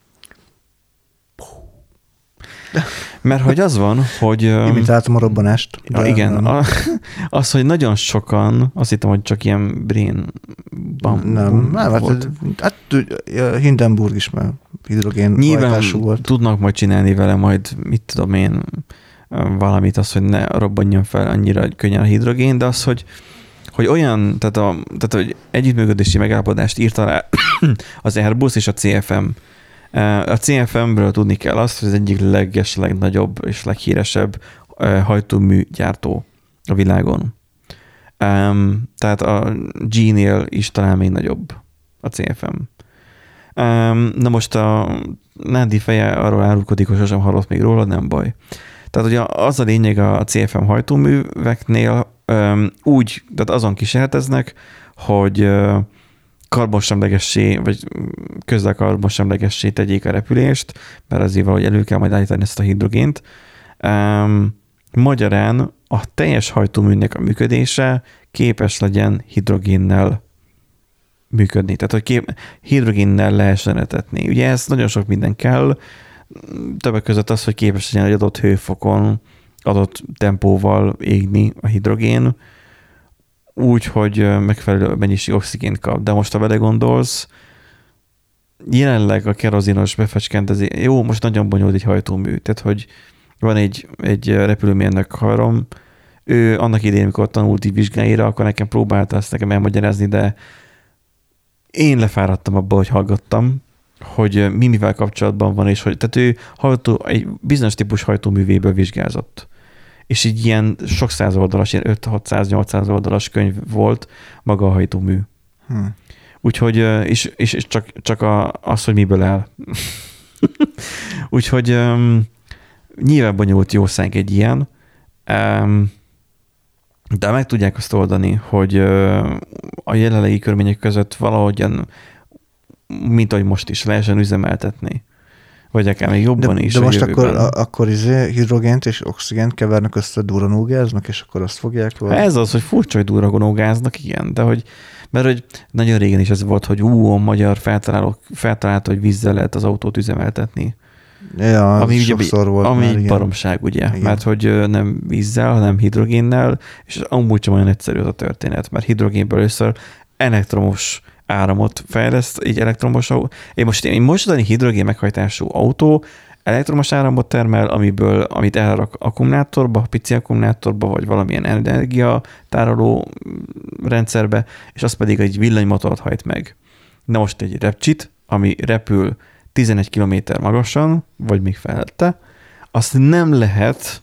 Mert hogy az van, hogy... Imitáltam a robbanást. Igen, az, hogy nagyon sokan, azt hittem, hogy csak ilyen brain volt. Hát Hindenburg is már hidrogén hajtású volt. Tudnak majd csinálni vele majd, mit tudom én, valamit, az, hogy ne robbanjon fel annyira könnyen a hidrogén, de az, hogy olyan, tehát hogy együttműködési megállapodást írt alá az Airbus és a CFM. A CFM-ből tudni kell azt, hogy az egyik legnagyobb és leghíresebb hajtómű gyártó a világon. Tehát a G-nél is talán még nagyobb a CFM. Na most Nádi feje arról árulkodik, hogy sosem hallott még róla, nem baj. Tehát ugye az a lényeg a CFM hajtóműveknél úgy, tehát azon kísérleteznek, hogy karbonsemlegessé, vagy közel karbonsemlegessé tegyék a repülést, mert azért valahogy elő kell majd állítani ezt a hidrogént. Magyarán a teljes hajtóműnek a működése képes legyen hidrogénnel működni. Tehát, hogy hidrogénnel lehessen etetni. Ugye ez nagyon sok minden kell, többek között az, hogy képes legyen egy adott hőfokon, adott tempóval égni a hidrogén, úgy, hogy megfelelő mennyiségű oxigént kap. De most, ha vele gondolsz, jelenleg a kerozinos befecskendezés, jó, most nagyon bonyolult egy hajtómű, tehát, hogy van egy repülőmérnök haverom, ő annak idején, amikor tanult így vizsgáira, akkor nekem próbálta ezt nekem elmagyarázni, de én lefáradtam abba, hogy hallgattam, hogy mivel kapcsolatban van, és hogy, tehát ő egy bizonyos típus hajtóművéből vizsgázott. És így ilyen sok száz oldalas, ilyen 500-600-800 oldalas könyv volt maga a hajtómű. Úgyhogy, és csak az, hogy miből áll. Úgyhogy nyilván bonyolult jószág egy ilyen, de meg tudják azt oldani, hogy a jelenlegi körülmények között valahogyan, mint ahogy most is, lehessen üzemeltetni. Vagy akár még jobban is. De most akkor hidrogént és oxigént kevernek össze, duranógáznak, és akkor azt fogják volna. Ez az, hogy furcsa, hogy duranógáznak, igen, de mert hogy nagyon régen is ez volt, hogy a magyar feltalálta, hogy vízzel lehet az autót üzemeltetni. Ja, ami sokszor volt. Ami egy baromság, ugye, igen. Mert hogy nem vízzel, hanem hidrogénnel, és amúgy sem olyan egyszerű az a történet, mert hidrogénből először elektromos áramot fejleszt, így elektromos autó. Én mostani hidrogén meghajtású autó elektromos áramot termel, amit elrak akkumulátorba, pici akkumulátorba, vagy valamilyen energiatároló rendszerbe, és az pedig egy villanymotort hajt meg. Na most egy repcsit, ami repül 11 km magasan, vagy még felette, azt nem lehet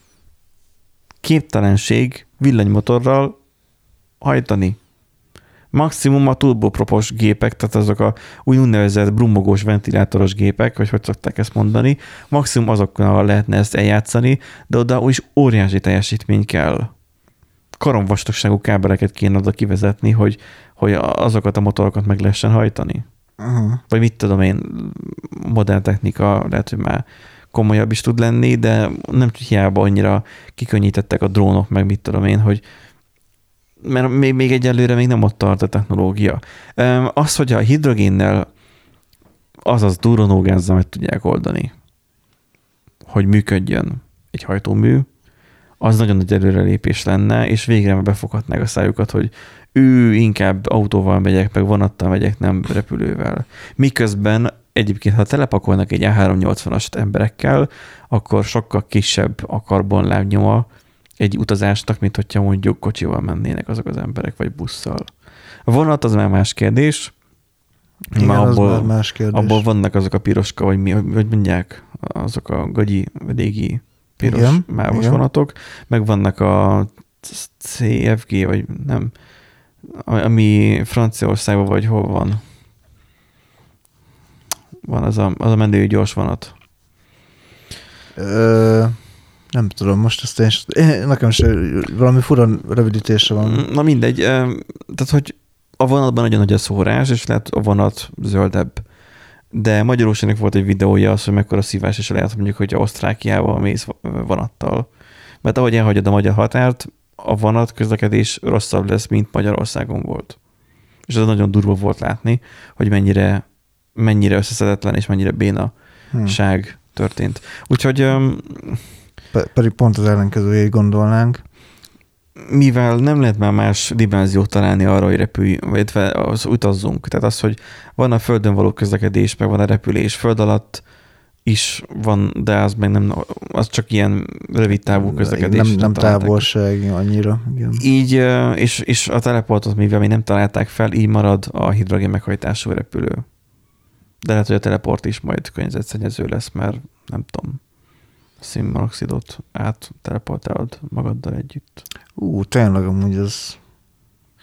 képtelenség villanymotorral hajtani. Maximum a turbopropos gépek, tehát azok a úgynevezett brummogós ventilátoros gépek, vagy hogy szokták ezt mondani, maximum azokkal lehetne ezt eljátszani, de oda is óriási teljesítmény kell. Karomvastagságú kábeleket kéne oda kivezetni, hogy azokat a motorokat meg lehessen hajtani. Uh-huh. Vagy mit tudom én, modern technika lehet, hogy már komolyabb is tud lenni, de nem hiába annyira kikönnyítettek a drónok, meg mit tudom én, hogy mert még egyelőre még nem ott tart a technológia. Az, hogy a hidrogénnel, azaz duranógázzal meg tudják oldani, hogy működjön egy hajtómű, az nagyon nagy előrelépés lenne, és végre befoghatnák a szájukat, hogy inkább autóval megyek, meg vonattal megyek, nem repülővel. Miközben egyébként, ha telepakolnak egy A380-as emberekkel, akkor sokkal kisebb a karbonlábnyoma egy utazásnak, mint hogyha mondjuk kocsival mennének azok az emberek, vagy busszal. A vonat az már más kérdés. Igen, már más kérdés. Abból vannak azok a piroska, vagy hogy mondják, azok a gagyi, régi piros mávos vonatok, meg vannak a CFG, vagy nem, ami Franciaországban, vagy hol van. Van az a menő gyors vonat. Nem tudom, most ezt nekem is valami fura rövidítése van. Na mindegy, tehát hogy a vonatban nagyon nagy a szórás, és lehet a vonat zöldebb. De Magyarországnak volt egy videója az, hogy mekkora szívás is lehet, mondjuk, hogy Osztrákiával mész vonattal. Mert ahogy elhagyod a magyar határt, a vonat közlekedés rosszabb lesz, mint Magyarországon volt. És ez nagyon durva volt látni, hogy mennyire összeszedetlen és mennyire bénaság történt. Úgyhogy pedig pont az ellenkezőjét gondolnánk. Mivel nem lehet már más dimenziót találni arra, hogy repülj, vagy utazzunk. Tehát az, hogy van a földön való közlekedés, meg van a repülés, föld alatt is van, de az meg nem, az csak ilyen rövid távú közlekedés. Nem távolság annyira. Igen. Így, és a teleportot, mivel még nem találták fel, így marad a hidrogén meghajtású repülő. De lehet, hogy a teleport is majd környezetszennyező lesz, mert nem tudom, szénmonoxidot átteleport magaddal együtt. Tényleg amúgy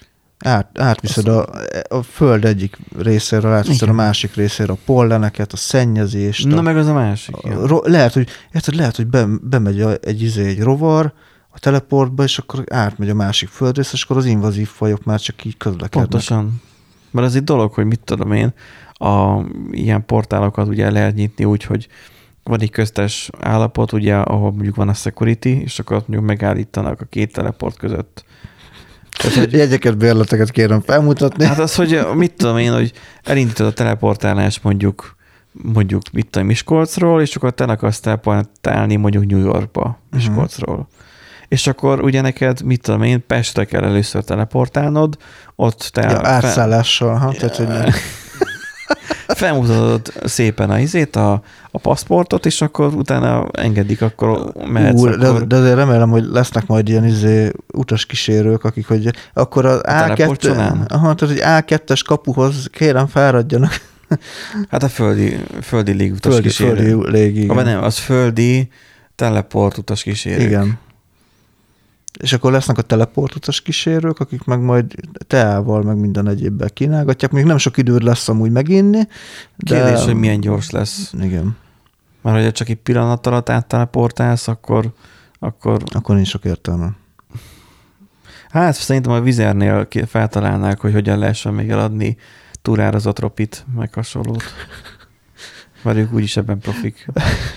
Átviszed a föld egyik részéről, átviszed a másik részére a polleneket, a szennyezést. Na meg az a másik. Lehet, hogy bemegy egy rovar a teleportba, és akkor átmegy a másik földrész, és akkor az invazív fajok már csak így közlekednek. Pontosan. Mert az egy dolog, hogy mit tudom én, ilyen portálokat ugye lehet nyitni úgy, hogy van egy köztes állapot, ugye, ahol mondjuk van a security, és akkor mondjuk megállítanak a két teleport között. Tehát, hogy jegyeket, bérleteket kérem felmutatni. Hát az, hogy mit tudom én, hogy elindítod a teleportálást mondjuk mit tudom, Miskolcról, és akkor te akarsz teleportálni mondjuk New Yorkba Miskolcról. És akkor ugye neked, mit tudom én, Pestre kell először teleportálnod, ott te... átszállással, tehát, hogy felmutatod szépen a paszportot, és akkor utána engedik, akkor mehetsz. Akkor... De azért remélem, hogy lesznek majd ilyen utaskísérők, akik, hogy akkor az tehát, hogy A2-es kapuhoz kérem fáradjanak. Hát a földi légutaskísérő. Földi légi, igen. Nem, az földi teleport utaskísérők. Igen. És akkor lesznek a teleportutas kísérők, akik meg majd teával, meg minden egyébben kínálgatják. Még nem sok időd lesz amúgy meginni. De... Kérdés, hogy milyen gyors lesz. Igen. Mert hogyha csak egy pillanat alatt átteleportálsz, akkor nincs sok értelme. Hát szerintem a Vizernél feltalálnák, hogy hogyan lehessen még eladni túrárazott ropit, meg hasonlót. Mert ők úgyis ebben profik.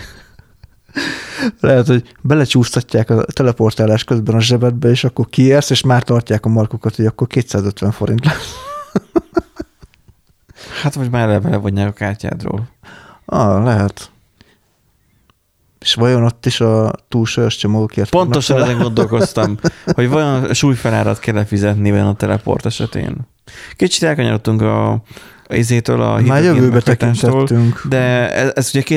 Lehet, hogy belecsúsztatják a teleportálás közben a zsebedbe, és akkor kiérsz, és már tartják a markokat, hogy akkor 250 forint lesz. Hát most már eleve vonják a kártyádról. Lehet. És vajon ott is a túlsúlyos csomagokért? Pontosan ezen gondolkoztam, hogy vajon súlyfelárat kell fizetni a teleport esetén. Kicsit elkanyarodtunk a már jövőbe tekintettünk. De ez ugye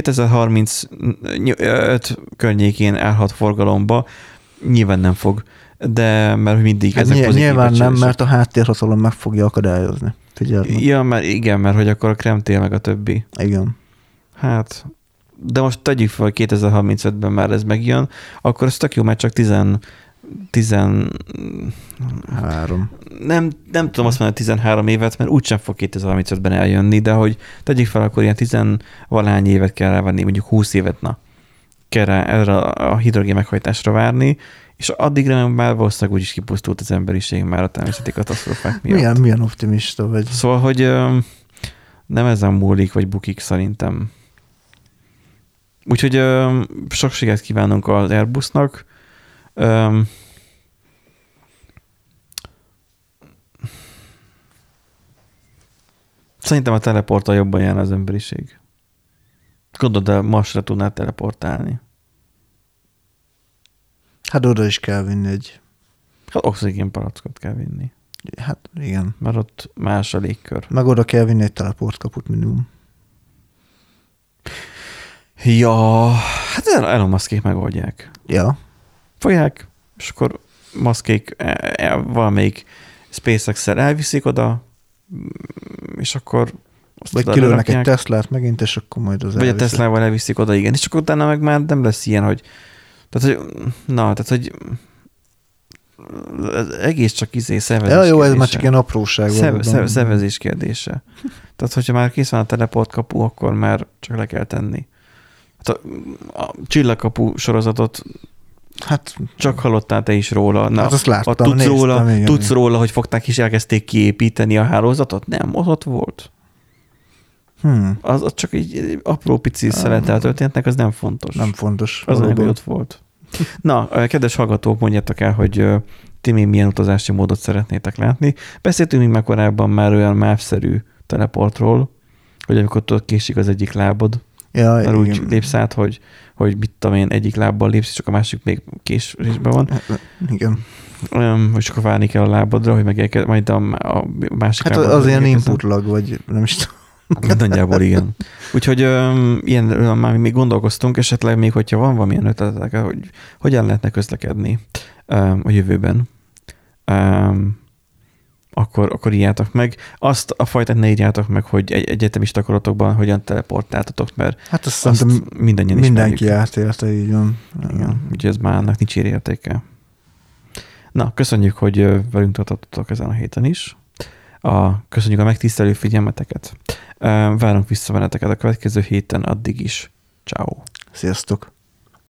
2035 környékén állhat forgalomba. Nyilván nem fog, de mert mindig ezek pozitív. Nyilván nem, mert a háttérhatalom meg fogja akadályozni. Figyelj. Ja, mert hogy akkor a kremtél meg a többi. Igen. Hát... De most tegyük fel, hogy 2035-ben már ez megjön, akkor ez tök jó, mert csak 13. Nem tudom azt mondani, 13 évet, mert úgysem fog 2035-ben eljönni, de hogy tegyük fel, akkor ilyen 10-valány évet kell rávenni, mondjuk 20 évet, kell erre a hidrogén meghajtásra várni, és addigra már valószínűleg úgyis kipusztult az emberiség már a természeti katasztrófák miatt. Milyen optimista vagy. Szóval, hogy nem ezen múlik, vagy bukik szerintem. Úgyhogy sok sikert kívánunk az Airbusnak. Szerintem a teleporttal jobban jár az emberiség. Gondolod, de Marsra tudnád teleportálni. Hát oda is kell vinni egy... Hát oxigénpalackot kell vinni. Hát igen. Mert ott más a légkör. Meg oda kell vinni egy teleportkaput minimum. Ja, hát Elon Muskék megoldják. Ja. Fogják, és akkor Muskék valamelyik SpaceX-szel elviszik oda, és akkor vagy kilőnek egy Teslát megint, és akkor majd az vagy elviszik. A Teslával elviszik oda, igen. És akkor utána meg már nem lesz ilyen, hogy ez egész csak szervezés kérdése. Jó, ez már csak ilyen apróság. Szervezés kérdése. Tehát, hogyha már kész van a teleport kapu, akkor már csak le kell tenni. Hát a csillagkapu sorozatot csak hallottál te is róla. Na, hát azt láttam, tudsz róla, hogy fogták és elkezdték kiépíteni a hálózatot? Nem, ott volt. Az csak egy apró pici szelete a történetnek, az nem fontos. Nem fontos. Az nem, hogy ott volt. Na, kedves hallgatók, mondjátok el, hogy ti még milyen utazási módot szeretnétek látni. Beszéltünk még már korábban már olyan MÁV-szerű teleportról, hogy amikor tudod, késik az egyik lábod, mert úgy lépsz át, hogy mit tudom én, egyik lábbal lépsz, csak a másik még késésben van. Igen. Hogy csak várni kell a lábadra, hogy meg majd a másik hát az ilyen inputlag, vagy nem is tudom. Nagyjából igen. Úgyhogy ilyenről már még gondolkoztunk, esetleg még, hogyha van valamilyen ötletek, hogy hogyan lehetne közlekedni a jövőben, akkor írjátok meg. Azt a fajtát ne írjátok meg, hogy egy egyetemista akaratokban hogyan teleportáltatok, mert hát azt mindannyian mindenki átélte, így van. Igen, úgyhogy ez már annak nincs értéke. Na, köszönjük, hogy velünk tartottatok ezen a héten is. Köszönjük a megtisztelő figyelmeteket. Várunk vissza benneteket a következő héten, addig is. Ciao. Sziasztok.